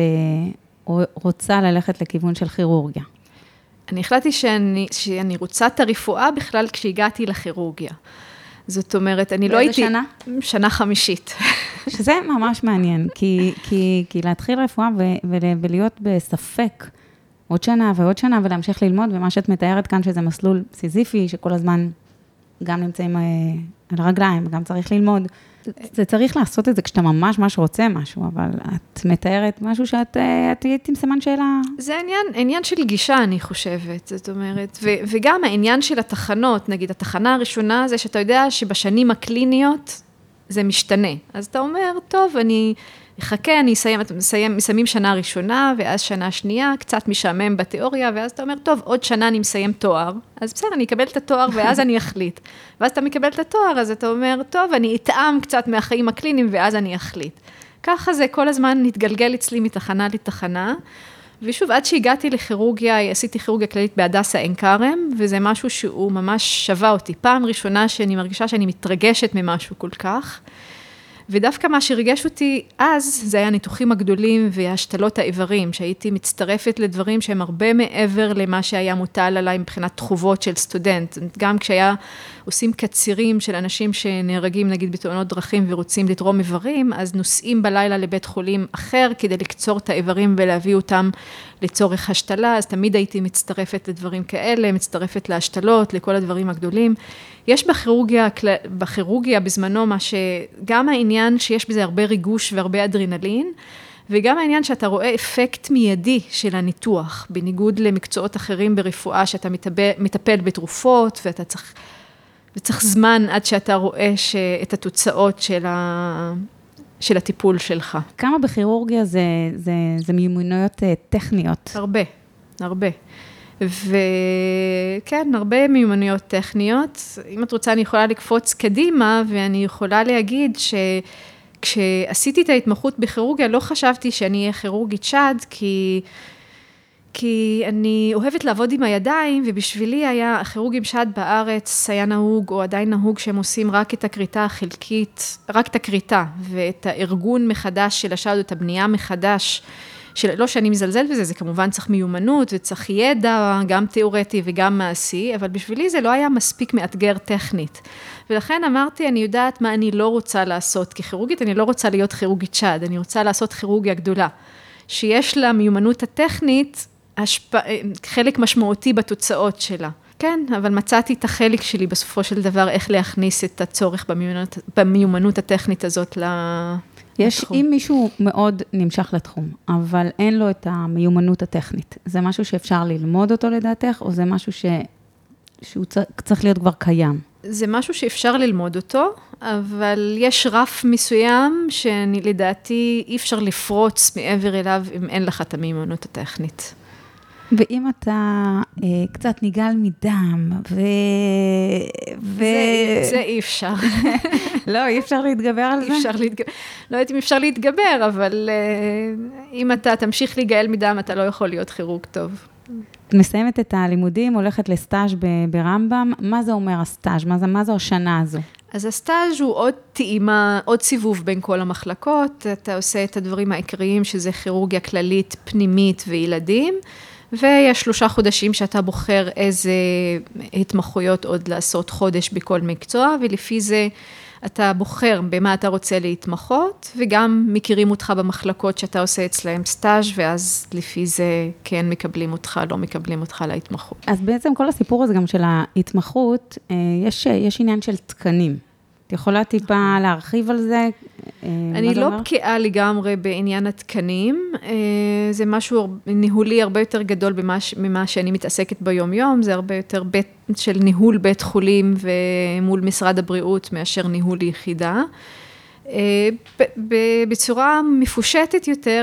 רוצה ללכת לכיוון של כירורגיה? אני החלטתי שאני רוצה את הרפואה בכלל כשהגעתי לכירורגיה. זאת אומרת, אני לא הייתי... באיזה שנה? שנה 5. שזה ממש מעניין, כי להתחיל רפואה ולהיות בספק עוד שנה ועוד שנה ולהמשיך ללמוד, ומה שאת מתארת כאן שזה מסלול סיזיפי, שכל הזמן גם נמצאים על הרגליים, וגם צריך ללמוד. זה צריך לעשות את זה כשאתה ממש רוצה משהו, אבל את מתארת משהו שאת היית עם סימן שאלה. זה עניין של גישה, אני חושבת, זאת אומרת, וגם העניין של התחנות, נגיד, התחנה הראשונה זה שאתה יודע שבשנים הקליניות זה משתנה. אז אתה אומר, טוב, אני אחכה, אני מסיים שנה ראשונה, ואז שנה שנייה, קצת משעמם בתיאוריה, ואז אתה אומר, טוב, עוד שנה אני מסיים תואר, אז בסדר, אני אקבל את התואר, ואז אני אחליט. ואז אתה מקבל את התואר, אז אתה אומר, טוב, אני אטעם קצת מהחיים הקליניים, ואז אני אחליט. ככה זה כל הזמן נתגלגל אצלי מתחנה לתחנה, ושוב, עד שהגעתי לכירורגיה, עשיתי כירורגיה כללית בהדסה עין כרם, וזה משהו שהוא ממש שווה אותי. פעם ראשונה שאני מרגישה שאני מתרגשת ממשהו כל כך, ודווקא מה שריגש אותי אז, זה היה הניתוחים הגדולים והשתלות האיברים, שהייתי מצטרפת לדברים שהם הרבה מעבר למה שהיה מוטל עליי מבחינת תחובות של סטודנט. גם כשהיה עושים קצירים של אנשים שנהרגים נגיד בתאונות דרכים ורוצים לתרום איברים, אז נוסעים בלילה לבית חולים אחר כדי לקצור את האיברים ולהביא אותם לצורך השתלה, אז תמיד הייתי מצטרפת לדברים כאלה, מצטרפת להשתלות, לכל הדברים הגדולים. יש בכירורגיה בזמנו גם העניין שיש בזה הרבה ריגוש והרבה אדרנלין, וגם העניין שאתה רואה אפקט מיידי של הניתוח, בניגוד למקצועות אחרים ברפואה, שאתה מטפל בתרופות, ואתה צריך זמן עד שאתה רואה את התוצאות של הטיפול שלך. כמה בכירורגיה זה מיומנויות טכניות? הרבה. וכן, הרבה מיומנויות טכניות. אם את רוצה, אני יכולה לקפוץ קדימה, ואני יכולה להגיד שכשעשיתי את ההתמחות בכירורגיה, לא חשבתי שאני אהיה כירורגית שד, כי אני אוהבת לעבוד עם הידיים, ובשבילי היה, הכירורגים שד בארץ היה נהוג, או עדיין נהוג, שהם עושים רק את הכריתה החלקית, רק את הכריתה, ואת הארגון מחדש של השד, או את הבנייה מחדש, לא שאני מזלזל בזה, זה כמובן צריך מיומנות, וצריך ידע, גם תיאורטי וגם מעשי, אבל בשבילי זה לא היה מספיק מאתגר טכנית. ולכן אמרתי, אני יודעת מה אני לא רוצה לעשות ככירורגית, אני לא רוצה להיות כירורגית שד, אני רוצה לעשות כירורגיה גדולה, שיש לה מיומנות הטכנית, חלק משמעותי בתוצאות שלה. כן, אבל מצאתי את החלק שלי בסופו של דבר, איך להכניס את הצורך במיומנות הטכנית הזאת אם מישהו מאוד נמשך לתחום, אבל אין לו את המיומנות הטכנית, זה משהו שאפשר ללמוד אותו לדעתך, או זה משהו שהוא צריך להיות כבר קיים? זה משהו שאפשר ללמוד אותו, אבל יש רף מסוים שאני לדעתי אי אפשר לפרוץ מעבר אליו אם אין לך את המיומנות הטכנית. ואם אתה קצת ניגל מדם, זה אי אפשר. לא, אי אפשר להתגבר על זה? לא יודעת אם אפשר להתגבר, אבל אם אתה תמשיך להיגאל מדם, אתה לא יכול להיות כירורג טוב. את מסיימת את הלימודים, הולכת לסטאז' ברמב"ם, מה זה אומר הסטאז'? מה זו השנה הזו? אז הסטאז' הוא עוד טעימה, עוד סיבוב בין כל המחלקות, אתה עושה את הדברים העיקריים, שזה כירורגיה כללית, פנימית וילדים, ויש 3 חודשים שאתה בוחר איזה התמחויות עוד לעשות חודש בכל מקצוע, ולפי זה אתה בוחר במה אתה רוצה להתמחות, וגם מכירים אותך במחלקות שאתה עושה אצלהם סטאז', ואז לפי זה כן מקבלים אותך, לא מקבלים אותך להתמחות. אז בעצם כל הסיפור הזה גם של ההתמחות, יש עניין של תקנים. את יכולה טיפה להרחיב על זה? אני לא בקיאה לגמרי בעניין התקנים, זה משהו ניהולי הרבה יותר גדול ממה שאני מתעסקת ביום יום, זה הרבה יותר של ניהול בית חולים ומול משרד הבריאות מאשר ניהול יחידה. בצורה מפושטת יותר,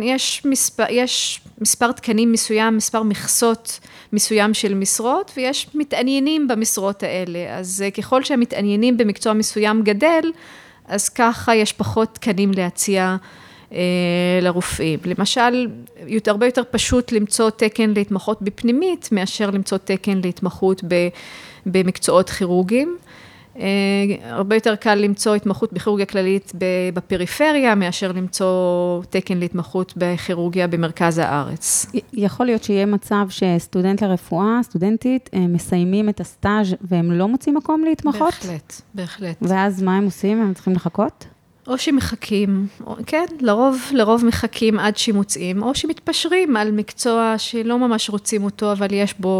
יש מספר תקנים מסוים, מספר מכסות מסוים של משרות, ויש מתעניינים במשרות האלה. אז ככל שהמתעניינים במקצוע מסוים גדל, אז ככה יש פחות תקנים להציע לרופאים. למשל, הרבה יותר פשוט למצוא תקן להתמחות בפנימית, מאשר למצוא תקן להתמחות במקצועות כירורגיים. הרבה יותר קל למצוא התמחות בכירורגיה כללית בפריפריה, מאשר למצוא תקן להתמחות בכירורגיה במרכז הארץ. יכול להיות שיהיה מצב שסטודנט לרפואה, סטודנטית, מסיימים את הסטאז' והם לא מוצאים מקום להתמחות? בהחלט, בהחלט. ואז מה הם עושים? הם צריכים לחכות? או שמחכים, כן, לרוב מחכים עד שמוצאים, או שמתפשרים על מקצוע שלא ממש רוצים אותו, אבל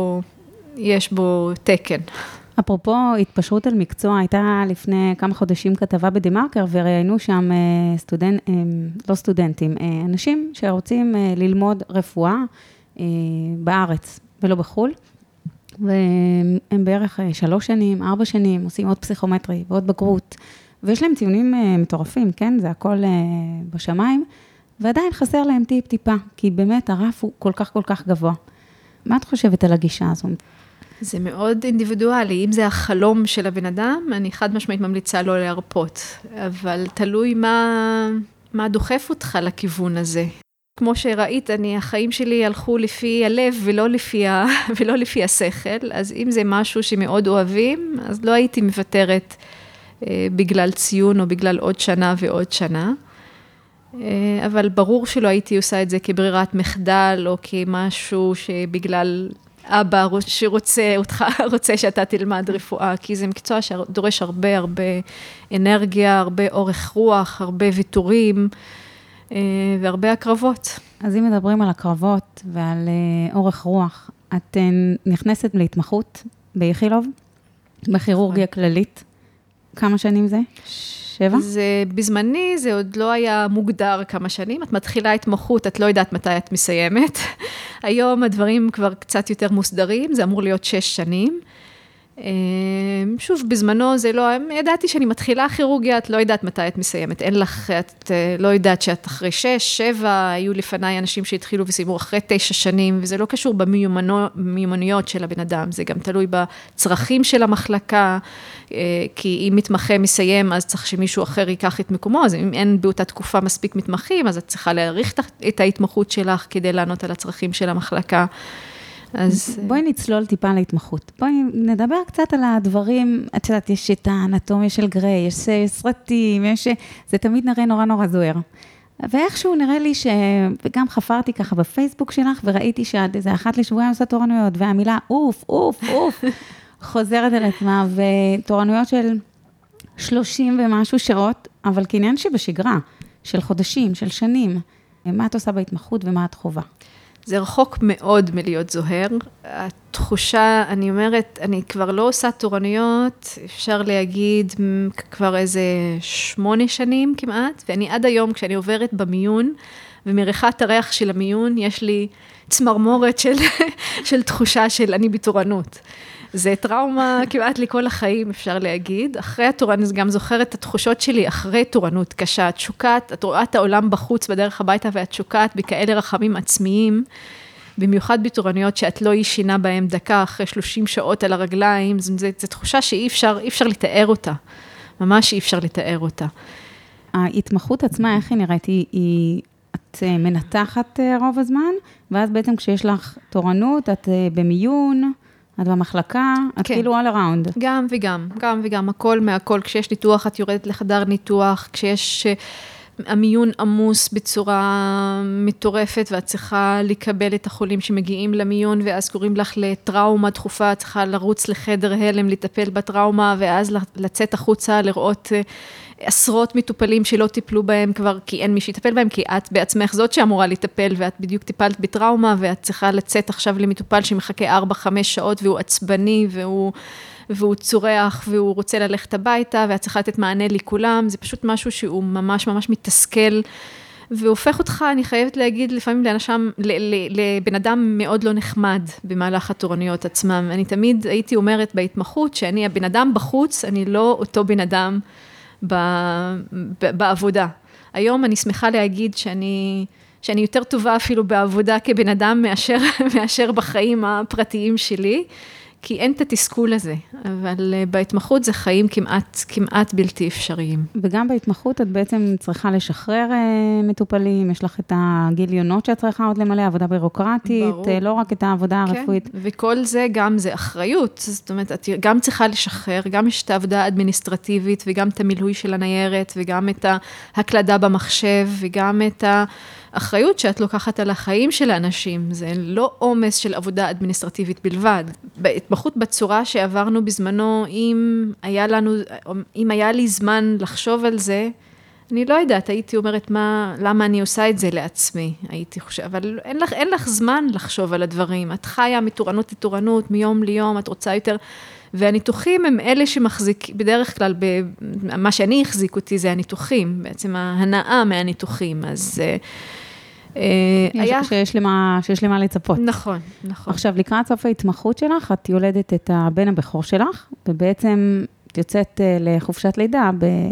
יש בו תקן. אפרופו התפשרות על מקצוע, הייתה לפני כמה חודשים כתבה בדה-מרקר, וראיינו שם לא סטודנטים, אנשים שרוצים ללמוד רפואה בארץ ולא בחול, והם בערך 3 שנים, 4 שנים, עושים עוד פסיכומטרי ועוד בגרות, ויש להם ציונים מטורפים, כן? זה הכל בשמיים, ועדיין חסר להם טיפה, כי באמת הרף הוא כל כך גבוה. מה את חושבת על הגישה הזו? זה מאוד אינדיבידואלי, אם זה החלום של הבן אדם, אני חד משמעית ממליצה לא להרפות, אבל תלוי מה דוחף אותך לכיוון הזה. כמו שראית, החיים שלי הלכו לפי הלב ולא לפי השכל, אז אם זה משהו שמאוד אוהבים, אז לא הייתי מוותרת בגלל ציון או בגלל עוד שנה ועוד שנה, אבל ברור שלא הייתי עושה את זה כברירת מחדל או כמשהו שבגלל אבא רוצה שאתה תלמד רפואה, כי זה מקצוע שדורש הרבה אנרגיה, הרבה אורך רוח, הרבה ויתורים והרבה הקרבות. אז אם מדברים על הקרבות ועל אורך רוח, את נכנסת להתמחות באיכילוב, בכירורגיה כללית. כמה שנים זה? 7? בזמני זה עוד לא היה מוגדר כמה שנים, את מתחילה התמחות, את לא יודעת מתי את מסיימת. היום הדברים כבר קצת יותר מוסדרים, זה אמור להיות 6 שנים. שוב, בזמנו זה לא, ידעתי שאני מתחילה כירורגיה, את לא יודעת מתי את מסיימת, אין לך, את לא יודעת שאת אחרי 6, 7, היו לפניי אנשים שהתחילו וסיימו אחרי 9 שנים, וזה לא קשור במיומנויות של הבן אדם, זה גם תלוי בצרכים של המחלקה, כי אם מתמחה מסיים, אז צריך שמישהו אחר ייקח את מקומו, אז אם אין באותה תקופה מספיק מתמחים, אז את צריכה להעריך את ההתמחות שלך, כדי לענות על הצרכים של המחלקה. אז בואי נצלול טיפה להתמחות. בואי נדבר קצת על הדברים, את יודעת, יש את האנטומיה של גריי, יש סרטים, זה תמיד נראה נורא זוהר. ואיכשהו נראה לי וגם חפרתי ככה בפייסבוק שלך, וראיתי שעד איזה 1 לשבועיים עושה תורנויות, והמילה אוף, חוזרת על עצמה, ותורנויות של 30 ומשהו שעות, אבל כעניין שבשגרה, של חודשים, של שנים. מה את עושה בהתמחות ומה את חובה? זה רחוק מאוד מלהיות זוהר. התחושה, אני אומרת, אני כבר לא עושה תורנויות, אפשר להגיד כבר איזה 8 שנים כמעט, ואני עד היום, כשאני עוברת במיון, ומריחת הריח של המיון, יש לי צמרמורת של תחושה של אני בתורנות. זה טראומה כמעט לכל החיים, אפשר להגיד. אחרי התורנות, אני גם זוכרת את התחושות שלי אחרי תורנות קשה. את שוקעת, את רואה את העולם בחוץ בדרך הביתה, ואת שוקעת בכאלה רחמים עצמיים, במיוחד בתורנויות שאת לא ישינה בהם דקה, אחרי 30 שעות על הרגליים, זו תחושה שאי אפשר לתאר אותה. ממש אי אפשר לתאר אותה. ההתמחות עצמה, איך היא נראית? את מנתחת רוב הזמן, ואז בעצם כשיש לך תורנות, את במיון, את במחלקה, את כאילו all around. גם וגם, הכל מהכל. כשיש ניתוח, את יורדת לחדר ניתוח, כשיש המיון עמוס בצורה מטורפת, ואת צריכה לקבל את החולים שמגיעים למיון, ואז קוראים לך לטראומה דחופה, את צריכה לרוץ לחדר הלם, לטפל בטראומה, ואז לצאת החוצה, לראות עשרות מטופלים שלא טיפלו בהם כבר, כי אין מי שיטפל בהם, כי את בעצמך זאת שאמורה לטפל, ואת בדיוק טיפלת בטראומה, ואת צריכה לצאת עכשיו למטופל שמחכה 4-5 שעות, והוא עצבני, והוא צורח, והוא רוצה ללכת הביתה, ואת צריכה לתת מענה לכולם, זה פשוט משהו שהוא ממש ממש מתסכל, והופך אותך, אני חייבת להגיד, לפעמים לבן אדם מאוד לא נחמד, במהלך התורניות עצמם. אני תמיד הייתי אומרת בהתמחות, שאני הבן אדם בחוץ, אני לא אותו בן אדם בעבודה. היום אני שמחה להגיד שאני יותר טובה אפילו בעבודה כבן אדם מאשר בחיים הפרטיים שלי, כי אין את התסכול הזה, אבל בהתמחות זה חיים כמעט בלתי אפשריים. וגם בהתמחות את בעצם צריכה לשחרר מטופלים, יש לך את הגיליונות שאת צריכה עוד למלא, עבודה בירוקרטית, ברור. לא רק את העבודה הרפואית. כן, וכל זה גם זה אחריות, זאת אומרת, את גם צריכה לשחרר, גם יש את העבודה האדמיניסטרטיבית, וגם את המילוי של הניירת, וגם את ההקלדה במחשב, וגם את האחריות שאת לוקחת על החיים של האנשים, זה לא עומס של עבודה אדמיניסטרטיבית בלבד. בהתמחות בצורה שעברנו בזמנו, אם היה לי זמן לחשוב על זה, אני לא יודעת, הייתי אומרת למה אני עושה את זה לעצמי, הייתי חושבת, אבל אין לך זמן לחשוב על הדברים, את חיה מתורנות לתורנות, מיום ליום, את רוצה יותר, והניתוחים הם אלה שמחזיק, בדרך כלל, מה שאני החזיק אותי זה הניתוחים, בעצם ההנאה מהניתוחים, אז שיש למה לצפות. נכון. עכשיו, לקראת סוף ההתמחות שלך, את יולדת את הבן הבכור שלך, ובעצם את יוצאת לחופשת לידה,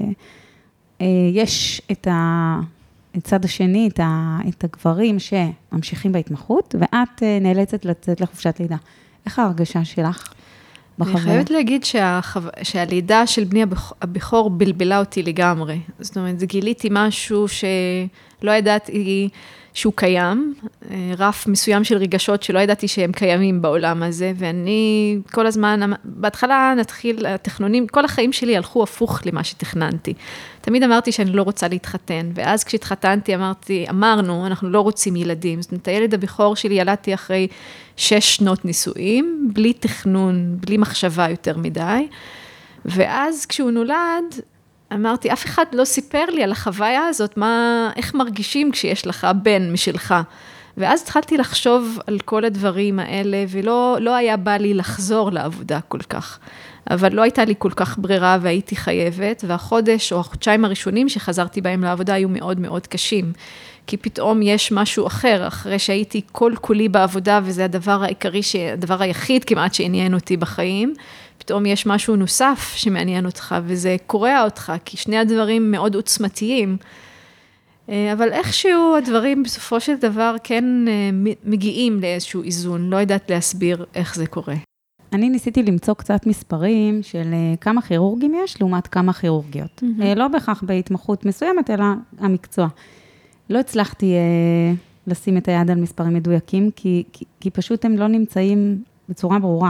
יש את הצד השני, את הגברים שממשיכים בהתמחות, ואת נאלצת לצאת לחופשת לידה. איך ההרגשה שלך בחוויה? אני חייבת להגיד שהלידה של בני הבכור בלבלה אותי לגמרי. זאת אומרת, גיליתי משהו שלא ידעתי שהוא קיים, רף מסוים של רגשות שלא ידעתי שהם קיימים בעולם הזה, ואני כל הזמן, בהתחלה נתחיל, התכנונים, כל החיים שלי הלכו הפוך למה שתכננתי. תמיד אמרתי שאני לא רוצה להתחתן, ואז כשהתחתנתי אמרנו, אנחנו לא רוצים ילדים. זאת אומרת, הילד הבכור שלי ילדתי אחרי 6 שנות נישואים, בלי תכנון, בלי מחשבה יותר מדי, ואז כשהוא נולד, אמרתי, אף אחד לא סיפר לי על החוויה הזאת, איך מרגישים כשיש לך בן משלך. ואז התחלתי לחשוב על כל הדברים האלה, ולא היה בא לי לחזור לעבודה כל כך. אבל לא הייתה לי כל כך ברירה, והייתי חייבת, והחודש או החודשיים הראשונים שחזרתי בהם לעבודה, היו מאוד מאוד קשים. כי פתאום יש משהו אחר, אחרי שהייתי כל כולי בעבודה, וזה הדבר העיקרי, הדבר היחיד כמעט שעניין אותי בחיים, פתאום יש משהו נוסף שמעניין אותך, וזה קורע אותך, כי שני הדברים מאוד עוצמתיים, אבל איכשהו הדברים בסופו של דבר כן מגיעים לאיזשהו איזון, לא יודעת להסביר איך זה קורה. אני ניסיתי למצוא קצת מספרים של כמה כירורגים יש, לעומת כמה כירורגיות. לא בהכרח בהתמחות מסוימת, אלא המקצוע. לא הצלחתי לשים את היד על מספרים מדויקים, כי פשוט הם לא נמצאים בצורה ברורה.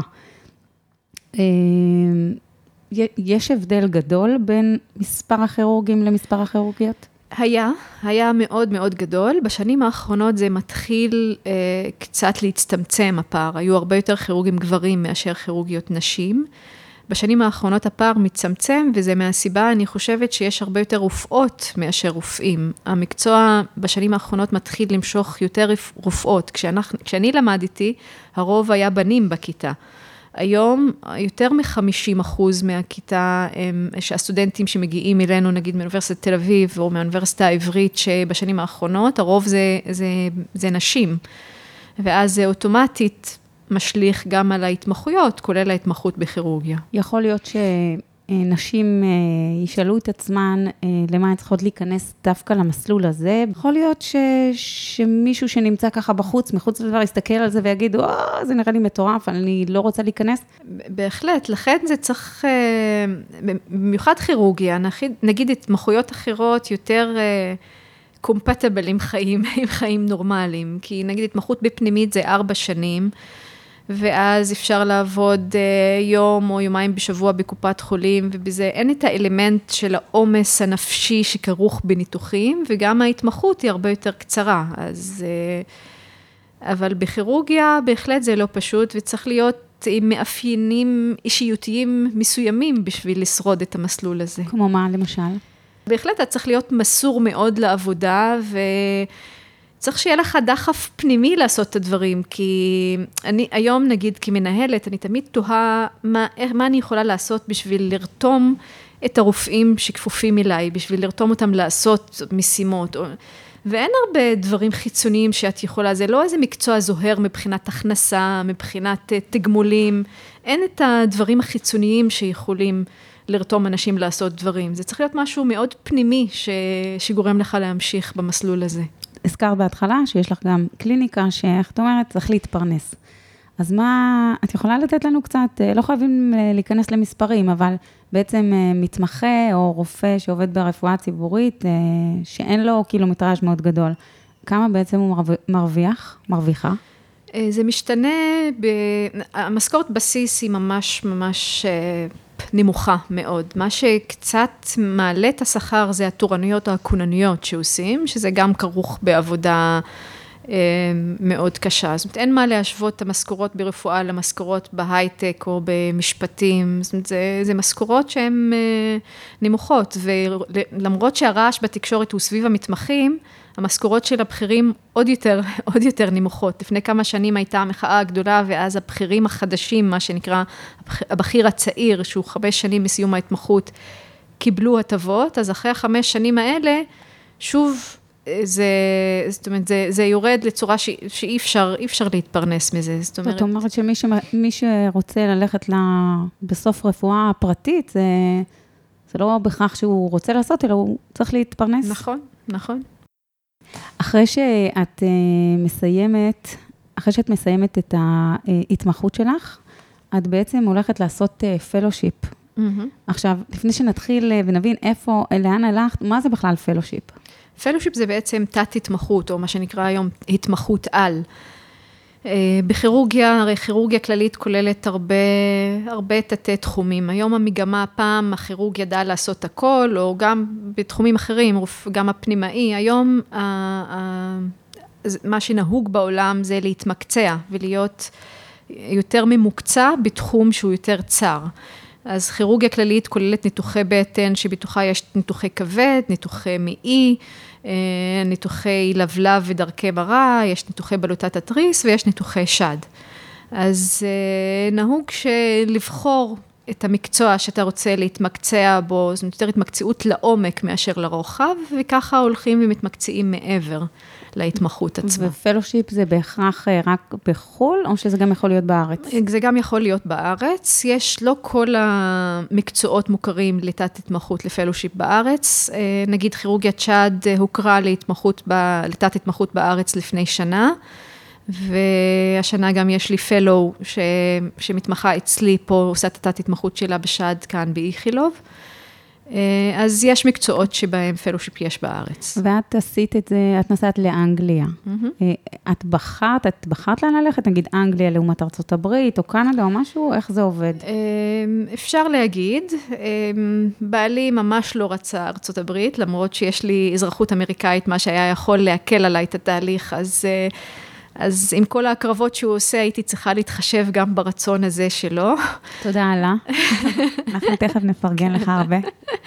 יש הבדל גדול בין מספר הכירורגים למספר הכירורגיות? היה מאוד מאוד גדול. בשנים האחרונות זה מתחיל קצת להצטמצם הפער. היו הרבה יותר כירורגים גברים מאשר כירורגיות נשים. בשנים האחרונות הפער מצמצם, וזה מהסיבה, אני חושבת שיש הרבה יותר רופאות מאשר רופאים. המקצוע בשנים האחרונות מתחיל למשוך יותר רופאות. כשאני למדתי, הרוב היה בנים בכיתה. היום, יותר מ-50% מהכיתה, שהסטודנטים שמגיעים אלינו, נגיד מאוניברסיטת תל אביב, או מהאוניברסיטה העברית, שבשנים האחרונות, הרוב זה נשים. ואז זה אוטומטית, משליך גם על ההתמחויות, כולל ההתמחות בכירורגיה. יכול להיות שנשים ישאלו את עצמן למה הן צריכות להיכנס דווקא למסלול הזה. יכול להיות שמישהו שנמצא ככה בחוץ, מחוץ לדבר, יסתכל על זה ויגיד, זה נראה לי מטורף, אני לא רוצה להיכנס. בהחלט, לכן זה צריך, במיוחד כירורגיה, נגיד התמחויות אחרות יותר קומפטיבל עם חיים נורמליים, כי נגיד התמחות בפנימית זה 4 שנים, ואז אפשר לעבוד יום או יומיים בשבוע בקופת חולים, ובזה אין את האלמנט של העומס הנפשי שכרוך בניתוחים, וגם ההתמחות היא הרבה יותר קצרה. אבל בכירורגיה בהחלט זה לא פשוט, וצריך להיות עם מאפיינים אישיותיים מסוימים בשביל לשרוד את המסלול הזה. כמו מה למשל? בהחלט אתה צריך להיות מסור מאוד לעבודה, צריך שיהיה לך דחף פנימי לעשות את הדברים, כי אני היום נגיד כמנהלת, אני תמיד תוהה מה אני יכולה לעשות בשביל לרתום את הרופאים שכפופים אליי, בשביל לרתום אותם לעשות משימות, ואין הרבה דברים חיצוניים שאת יכולה, זה לא איזה מקצוע זוהר מבחינת הכנסה, מבחינת תגמולים, אין את הדברים החיצוניים שיכולים לרתום אנשים לעשות דברים, זה צריך להיות משהו מאוד פנימי שגורם לך להמשיך במסלול הזה. הזכרת בהתחלה שיש לך גם קליניקה, שאיך את אומרת, צריך להתפרנס. אז מה, את יכולה לתת לנו קצת, לא חייבים להיכנס למספרים, אבל בעצם מתמחה או רופא שעובד ברפואה ציבורית, שאין לו קילומטראז' מאוד גדול, כמה בעצם הוא מרוויחה? זה משתנה, המשכורת בסיס היא ממש נמוכה מאוד. מה שקצת מעלה את השכר זה התורנויות הכונניות שעושים, שזה גם כרוך בעבודה מאוד קשה. זאת אומרת, אין מה להשוות את המשכורות ברפואה למשכורות בהייטק או במשפטים. זאת אומרת, זה משכורות שהן נמוכות, ולמרות שהרעש בתקשורת הוא סביב המתמחים, המשכורות של הבכירים עוד יותר נמוכות. לפני כמה שנים הייתה המחאה הגדולה, ואז הבכירים החדשים, מה שנקרא הבכיר הצעיר, שהוא 5 שנים בסיום ההתמחות, קיבלו הטבות, אז אחרי 5 שנים האלה, שוב, זאת אומרת, זה יורד לצורה שאי אפשר להתפרנס מזה. זאת אומרת שמי שרוצה ללכת בסוף רפואה פרטית, זה לא בכך שהוא רוצה לעשות, אלא הוא צריך להתפרנס. נכון. אחרי שאת מסיימת את ההתמחות שלך, את בעצם הולכת לעשות פלושיפ. עכשיו, לפני שנתחיל ונבין לאן הלכת, מה זה בכלל פלושיפ? פלושיפ זה בעצם תת-התמחות, או מה שנקרא היום התמחות על. בכירורגיה, הרי כירורגיה כללית כוללת הרבה תתי תחומים. היום המגמה, פעם הכירורג ידע לעשות הכל, או גם בתחומים אחרים, גם הפנימאי. היום מה שנהוג בעולם זה להתמקצע, ולהיות יותר ממוקצע בתחום שהוא יותר צר. אז כירורגיה כללית כוללת ניתוחי בטן, שבתוכה יש ניתוחי כבד, ניתוחי מעי, ניתוחי לבלב ודרכי מראה, יש ניתוחי בלוטת התריס ויש ניתוחי שד. אז נהוג לבחור את המקצוע שאתה רוצה להתמקצע בו, זאת אומרת יותר התמקצעות לעומק מאשר לרוחב, וככה הולכים ומתמקצעים מעבר להתמחות עצמה. ופלושיפ זה בהכרח רק בחול, או שזה גם יכול להיות בארץ? זה גם יכול להיות בארץ. יש לא כל המקצועות מוכרים לתת התמחות לפלושיפ בארץ. נגיד כירורגיית שד הוכרה לתת התמחות בארץ לפני שנה, והשנה גם יש לי פלו שמתמחה אצלי פה, עושה את התת התמחות שלה בשד כאן באיכילוב. אז יש מקצועות שבהם פלושיפ יש בארץ. ואת עשית את זה, את נסעת לאנגליה. את בחרת לאן ללכת, נגיד אנגליה לעומת ארצות הברית, או קנדה או משהו, איך זה עובד? אפשר להגיד, בעלי ממש לא רצה ארצות הברית, למרות שיש לי אזרחות אמריקאית, מה שהיה יכול להקל עליי את התהליך, אז עם כל ההקרבות שהוא עושה, הייתי צריכה להתחשב גם ברצון הזה שלו. תודה עלה. אנחנו תכף נפרגן לך הרבה.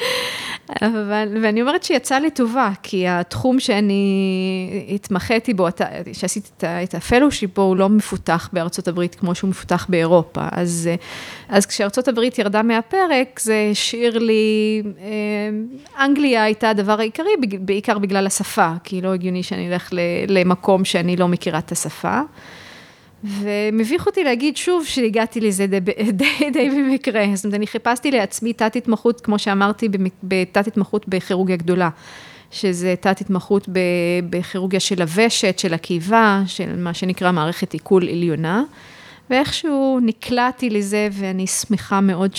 ואני אומרת שיצא לי טובה, כי התחום שאני התמחיתי בו, שעשיתי את הפלושיפ בו, הוא לא מפותח בארצות הברית כמו שהוא מפותח באירופה. אז כשארצות הברית ירדה מהפרק, זה השאיר לי, אנגליה הייתה הדבר העיקרי, בעיקר בגלל השפה, כי לא הגיוני שאני אלך למקום שאני לא מכירה את השפה. ומביך אותי להגיד שוב שהגעתי לזה די במקרה. זאת אומרת, אני חיפשתי לעצמי תת התמחות, כמו שאמרתי, בתת התמחות בכירורגיה גדולה, שזה תת התמחות בכירורגיה של הוושט, של הקיבה, של מה שנקרא מערכת עיכול עליונה, ואיכשהו נקלעתי לזה, ואני שמחה מאוד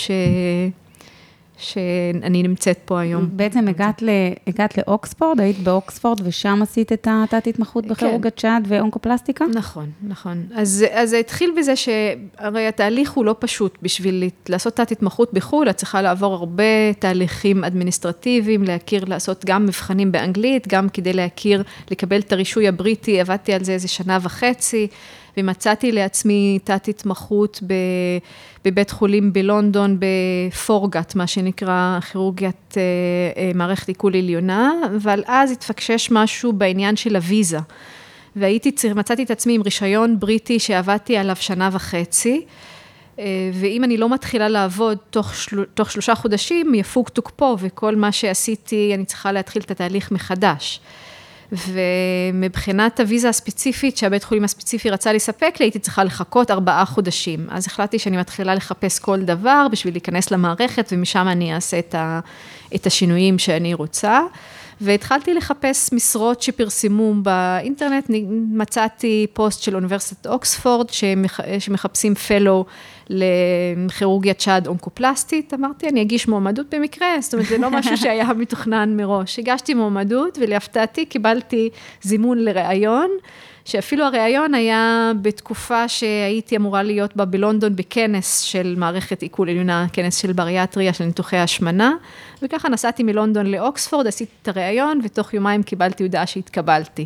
שאני נמצאת פה היום. בעצם הגעת לאוקספורד, היית באוקספורד, ושם עשית את התת התמחות בכירורגיה צ'אד ואונקופלסטיקה? נכון, נכון. אז זה התחיל בזה שהרי התהליך הוא לא פשוט, בשביל לעשות תת התמחות בחו"ל, את צריכה לעבור הרבה תהליכים אדמיניסטרטיביים, לעשות גם מבחנים באנגלית, גם כדי לקבל את הרישוי הבריטי, עבדתי על זה איזה 1.5 שנה, ומצאתי לעצמי תת התמחות בבית חולים בלונדון, בפורגט, מה שנקרא כירורגיית מערכת עיכול עליונה, אבל אז התפקשש משהו בעניין של הוויזה, ומצאתי את עצמי עם רישיון בריטי שעבדתי עליו 1.5 שנה, ואם אני לא מתחילה לעבוד תוך 3 חודשים, יפוג תוקפו, וכל מה שעשיתי, אני צריכה להתחיל את התהליך מחדש. ומבחינת הוויזה הספציפית, שהבית חולים הספציפי רצה לספק לי, הייתי צריכה לחכות 4 חודשים. אז החלטתי שאני מתחילה לחפש כל דבר, בשביל להיכנס למערכת, ומשם אני אעשה את השינויים שאני רוצה. והתחלתי לחפש משרות שפרסמו באינטרנט, מצאתי פוסט של אוניברסיטת אוקספורד, שמחפשים פלו לכירורגיה צ'אד אונקופלסטית, אמרתי, אני אגיש מועמדות במקרה, זאת אומרת, זה לא משהו שהיה מתוכנן מראש. הגשתי מועמדות, ולהפתעתי קיבלתי זימון לראיון, שאפילו הראיון היה בתקופה שהייתי אמורה להיות בה בלונדון בכנס של מערכת עיכול עליונה, כנס של בריאטריה, של ניתוחי השמנה, וככה נסעתי מלונדון לאוקספורד, עשיתי את הראיון, ותוך יומיים קיבלתי הודעה שהתקבלתי.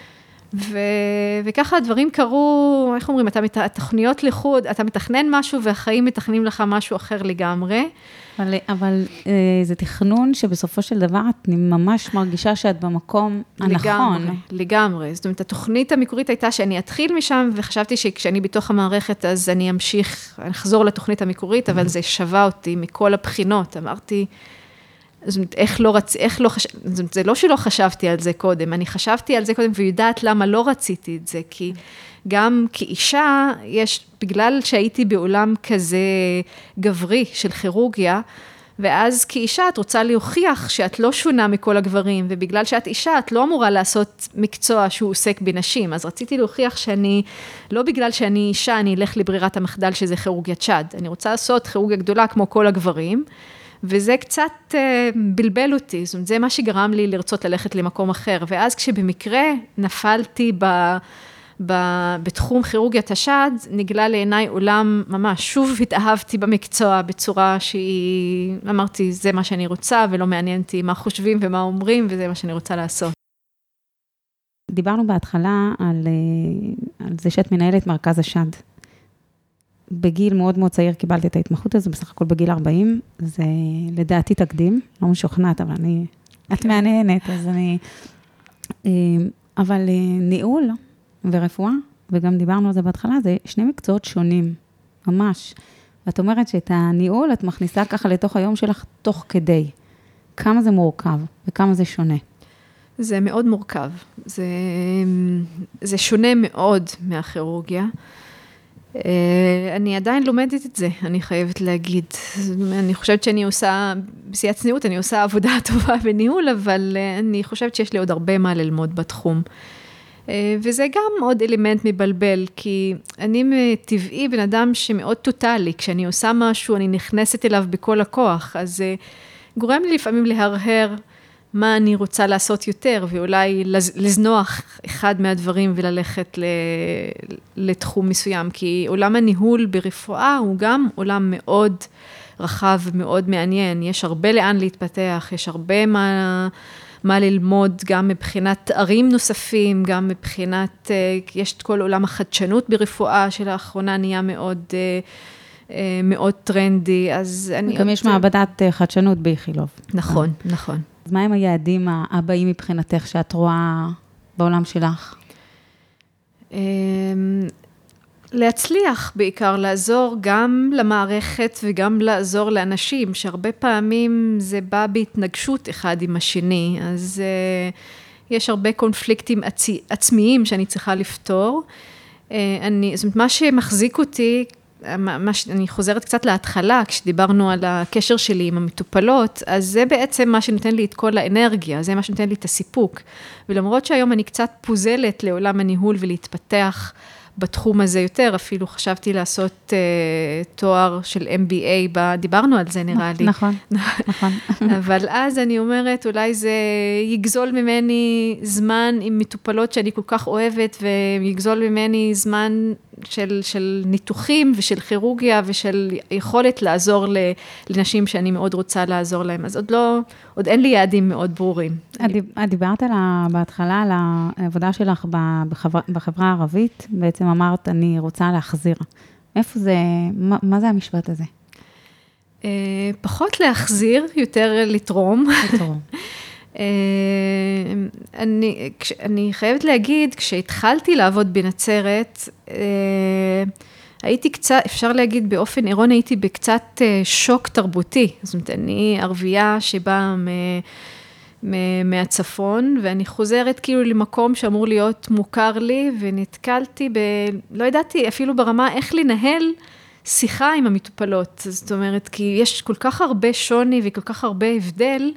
וככה הדברים קרו, איך אומרים, התוכניות לחוד, אתה מתכנן משהו, והחיים מתכננים לך משהו אחר לגמרי. אבל זה תכנון שבסופו של דבר את ממש מרגישה שאת במקום הנכון. לגמרי. זאת אומרת, התוכנית המקורית הייתה שאני אתחיל משם, וחשבתי שכשאני בתוך המערכת, אז אני אמשיך, אני אחזור לתוכנית המקורית, אבל זה שווה אותי מכל הבחינות. אמרתי, זאת אומרת, זה לא שלא חשבתי על זה קודם, אני חשבתי על זה קודם, ויודעת למה לא רציתי את זה, כי גם כאישה, בגלל שהייתי בעולם כזה גברי של כירורגיה, ואז כאישה את רוצה להוכיח שאת לא שונה מכל הגברים, ובגלל שאת אישה את לא אמורה לעשות מקצוע שהוא עוסק בנשים, אז רציתי להוכיח שאני, לא בגלל שאני אישה, אני אלך לברירת המחדל שזה כירורגיה צ'אד, אני רוצה לעשות כירורגיה גדולה כמו כל הגברים, וזה קצת בלבל אותי, זאת אומרת, זה מה שגרם לי לרצות ללכת למקום אחר, ואז כשבמקרה נפלתי בתחום כירורגיית השד, נגלה לעיניי עולם ממש, שוב התאהבתי במקצוע בצורה שהיא, אמרתי, זה מה שאני רוצה, ולא מעניינתי מה חושבים ומה אומרים, וזה מה שאני רוצה לעשות. דיברנו בהתחלה על זה שאת מנהלת מרכז השד. בגיל מאוד מאוד צעיר קיבלתי את ההתמחות הזו, בסך הכל בגיל 40, זה לדעתי תקדים, לא משוכנעת, אבל את מעניינת, אז אבל ניהול ורפואה, וגם דיברנו על זה בהתחלה, זה 2 מקצועות שונים, ממש. ואת אומרת שאת הניהול את מכניסה ככה לתוך היום שלך תוך כדי. כמה זה מורכב וכמה זה שונה? זה מאוד מורכב, זה שונה מאוד מהכירורגיה, אני עדיין לומדת את זה, אני חייבת להגיד. אני חושבת שאני עושה, בשיאת צניעות, אני עושה עבודה טובה בניהול, אבל אני חושבת שיש לי עוד הרבה מה ללמוד בתחום. וזה גם עוד אלמנט מבלבל, כי אני מטבעי בן אדם שמאוד טוטלי, כשאני עושה משהו, אני נכנסת אליו בכל הכוח, אז זה גורם לי לפעמים להרהר מה אני רוצה לעשות יותר, ואולי לזנוח אחד מהדברים וללכת לתחום מסוים, כי עולם הניהול ברפואה הוא גם עולם מאוד רחב ומאוד מעניין, יש הרבה לאן להתפתח, יש הרבה מה ללמוד, גם מבחינת תארים נוספים, גם מבחינת, יש את כל עולם החדשנות ברפואה, שלאחרונה נהיה מאוד טרנדי, אז אני... גם יש מעבדת חדשנות באיכילוב. נכון, נכון. אז מה הם היעדים הבאים מבחינתך שאת רואה בעולם שלך? להצליח בעיקר, לעזור גם למערכת וגם לעזור לאנשים, שהרבה פעמים זה בא בהתנגשות אחד עם השני, אז יש הרבה קונפליקטים עצמיים שאני צריכה לפתור, זאת אומרת, מה שמחזיק אותי, אני חוזרת קצת להתחלה, כשדיברנו על הקשר שלי עם המטופלות, אז זה בעצם מה שנותן לי את כל האנרגיה, זה מה שנותן לי את הסיפוק. ולמרות שהיום אני קצת פוזלת לעולם הניהול ולהתפתח בתחום הזה יותר, אפילו חשבתי לעשות תואר של MBA, דיברנו על זה נראה לי. נכון, נכון. אבל אז אני אומרת, אולי זה יגזול ממני זמן עם מטופלות שאני כל כך אוהבת, ויגזול ממני זמן של ניתוחים ושל כירורגיה ושל יכולת לעזור לנשים שאני מאוד רוצה לעזור להם. אז עוד אין לי יעדים מאוד ברורים. את דיברת בהתחלה על העבודה שלך בחברה הערבית, בעצם אמרת, אני רוצה להחזיר. איפה זה, מה זה המשפט הזה? פחות להחזיר, יותר לתרום. לתרום. אני חייבת להגיד, כשהתחלתי לעבוד בנצרת, הייתי קצת, אפשר להגיד באופן אירוני, הייתי בקצת שוק תרבותי. זאת אומרת, אני ערבייה שבאה מהצפון, ואני חוזרת כאילו למקום שאמור להיות מוכר לי, ונתקלתי לא ידעתי אפילו ברמה איך לנהל שיחה עם המטופלות. זאת אומרת, כי יש כל כך הרבה שוני וכל כך הרבה הבדל,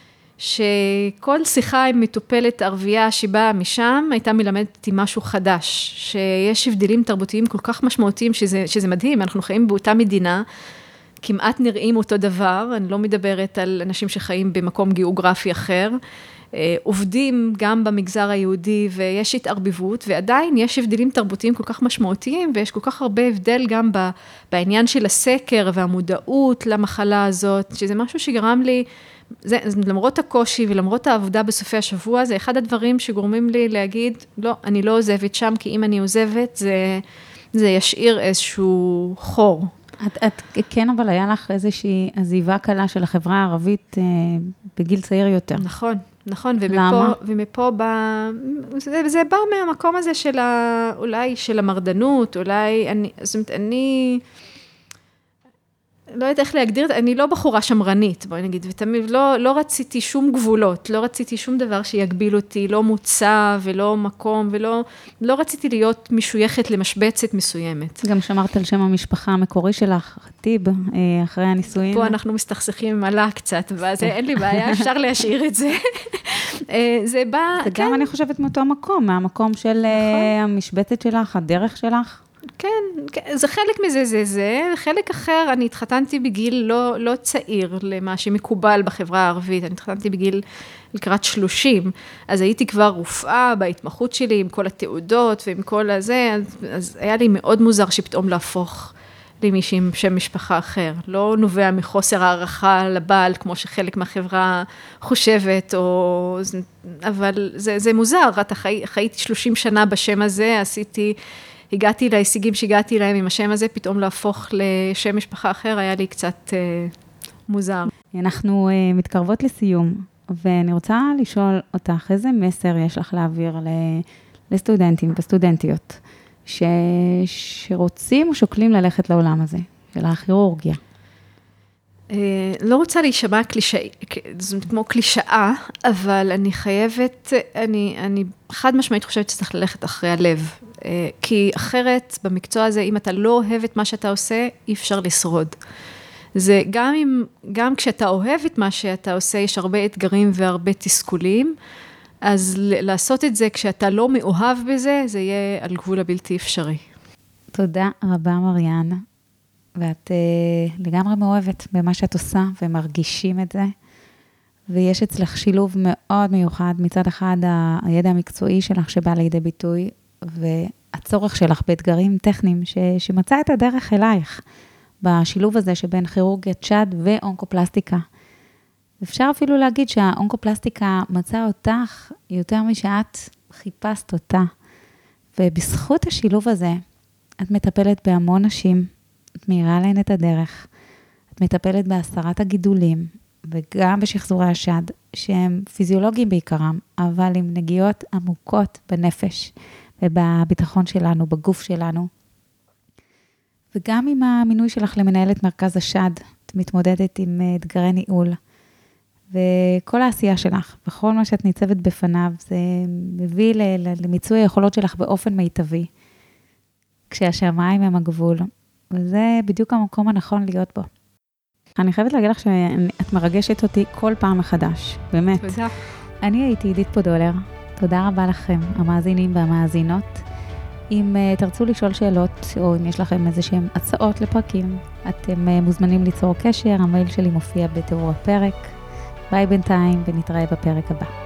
שכל שיחה עם מטופלת ערבייה שבאה משם, הייתה מלמדת אותי משהו חדש, שיש הבדלים תרבותיים כל כך משמעותיים, שזה מדהים, אנחנו חיים באותה מדינה, כמעט נראים אותו דבר, אני לא מדברת על אנשים שחיים במקום גיאוגרפי אחר, עובדים גם במגזר היהודי, ויש התערבבות, ועדיין יש הבדלים תרבותיים כל כך משמעותיים, ויש כל כך הרבה הבדל גם בעניין של הסקר והמודעות למחלה הזאת, שזה משהו שגרם לי, למרות הקושי ולמרות העבודה בסופי השבוע, זה אחד הדברים שגורמים לי להגיד, לא, אני לא עוזבת שם, כי אם אני עוזבת, זה ישאיר איזשהו חור. כן, אבל היה לך איזושהי עזיבה קלה של החברה הערבית בגיל צעיר יותר. נכון, נכון, ומפה זה בא מהמקום הזה של אולי של המרדנות, אולי, זאת אומרת, אני לא יודעת איך להגדיר, אני לא בחורה שמרנית, בואי נגיד, ותמיד לא רציתי שום גבולות, לא רציתי שום דבר שיגביל אותי, לא מוצא ולא מקום, לא רציתי להיות משויכת למשבצת מסוימת. גם שמרת על שם המשפחה המקורי שלך, טיב, אחרי הנישואין. פה אנחנו מסתכסכים עלה קצת, ואז אין לי בעיה, אפשר להשאיר את זה. זה בא, זה גם אני חושבת מאותו מקום, מהמקום של המשבצת שלך, הדרך שלך. כן, זה חלק מזה, זה חלק אחר, אני התחתנתי בגיל לא צעיר למה שמקובל בחברה הערבית, אני התחתנתי בגיל לקראת 30, אז הייתי כבר רופאה בהתמחות שלי עם כל התעודות ועם כל הזה, אז היה לי מאוד מוזר שפתאום להפוך למישהי עם שם משפחה אחר, לא נובע מחוסר הערכה לבעל, כמו שחלק מהחברה חושבת, אבל זה מוזר, חייתי 30 שנה בשם הזה, הגעתי להישגים שהגעתי להם עם השם הזה, פתאום להפוך לשם משפחה אחר, היה לי קצת מוזר. אנחנו מתקרבות לסיום, ואני רוצה לשאול אותך, איזה מסר יש לך להעביר לסטודנטים וסטודנטיות, שרוצים או שוקלים ללכת לעולם הזה, של הכירורגיה? לא רוצה להישמע כמו קלישאה, אבל אני חייבת, אני חד משמעית חושבת שצריך ללכת אחרי הלב, כי אחרת במקצוע הזה, אם אתה לא אוהב את מה שאתה עושה, אי אפשר לשרוד. זה גם כשאתה אוהב את מה שאתה עושה, יש הרבה אתגרים והרבה תסכולים, אז לעשות את זה כשאתה לא מאוהב בזה, זה יהיה על גבול הבלתי אפשרי. תודה רבה מריאן, ואת לגמרי מאוהבת במה שאת עושה, ומרגישים את זה, ויש אצלך שילוב מאוד מיוחד, מצד אחד הידע המקצועי שלך שבא לידי ביטוי, והצורך שלך באתגרים טכניים שמצא את הדרך אלייך, בשילוב הזה שבין כירורגיית שד ואונקופלסטיקה. אפשר אפילו להגיד שהאונקופלסטיקה מצאה אותך יותר משאת חיפשת אותה, ובזכות השילוב הזה, את מטפלת בהמון נשים, את מאירה להן את הדרך, את מטפלת בהסרת הגידולים, וגם בשחזורי השד, שהם פיזיולוגיים בעיקרם, אבל עם נגיעות עמוקות בנפש, ובביטחון שלנו, בגוף שלנו. וגם עם המינוי שלך למנהלת מרכז השד, את מתמודדת עם אתגרי ניהול, וכל העשייה שלך, וכל מה שאת ניצבת בפניו, זה מביא למיצוי היכולות שלך באופן מיטבי. כשהשמיים הם הגבול, וזה בדיוק המקום הנכון להיות בו. אני חייבת להגיד לך שאת מרגשת אותי כל פעם מחדש, באמת. תודה. אני הייתי עידית פודולר, תודה רבה לכם, המאזינים והמאזינות. אם תרצו לשאול שאלות, או אם יש לכם איזשהם הצעות לפרקים, אתם מוזמנים ליצור קשר, המייל שלי מופיע בתיאור הפרק. ביי בינתיים, ונתראה בפרק הבא.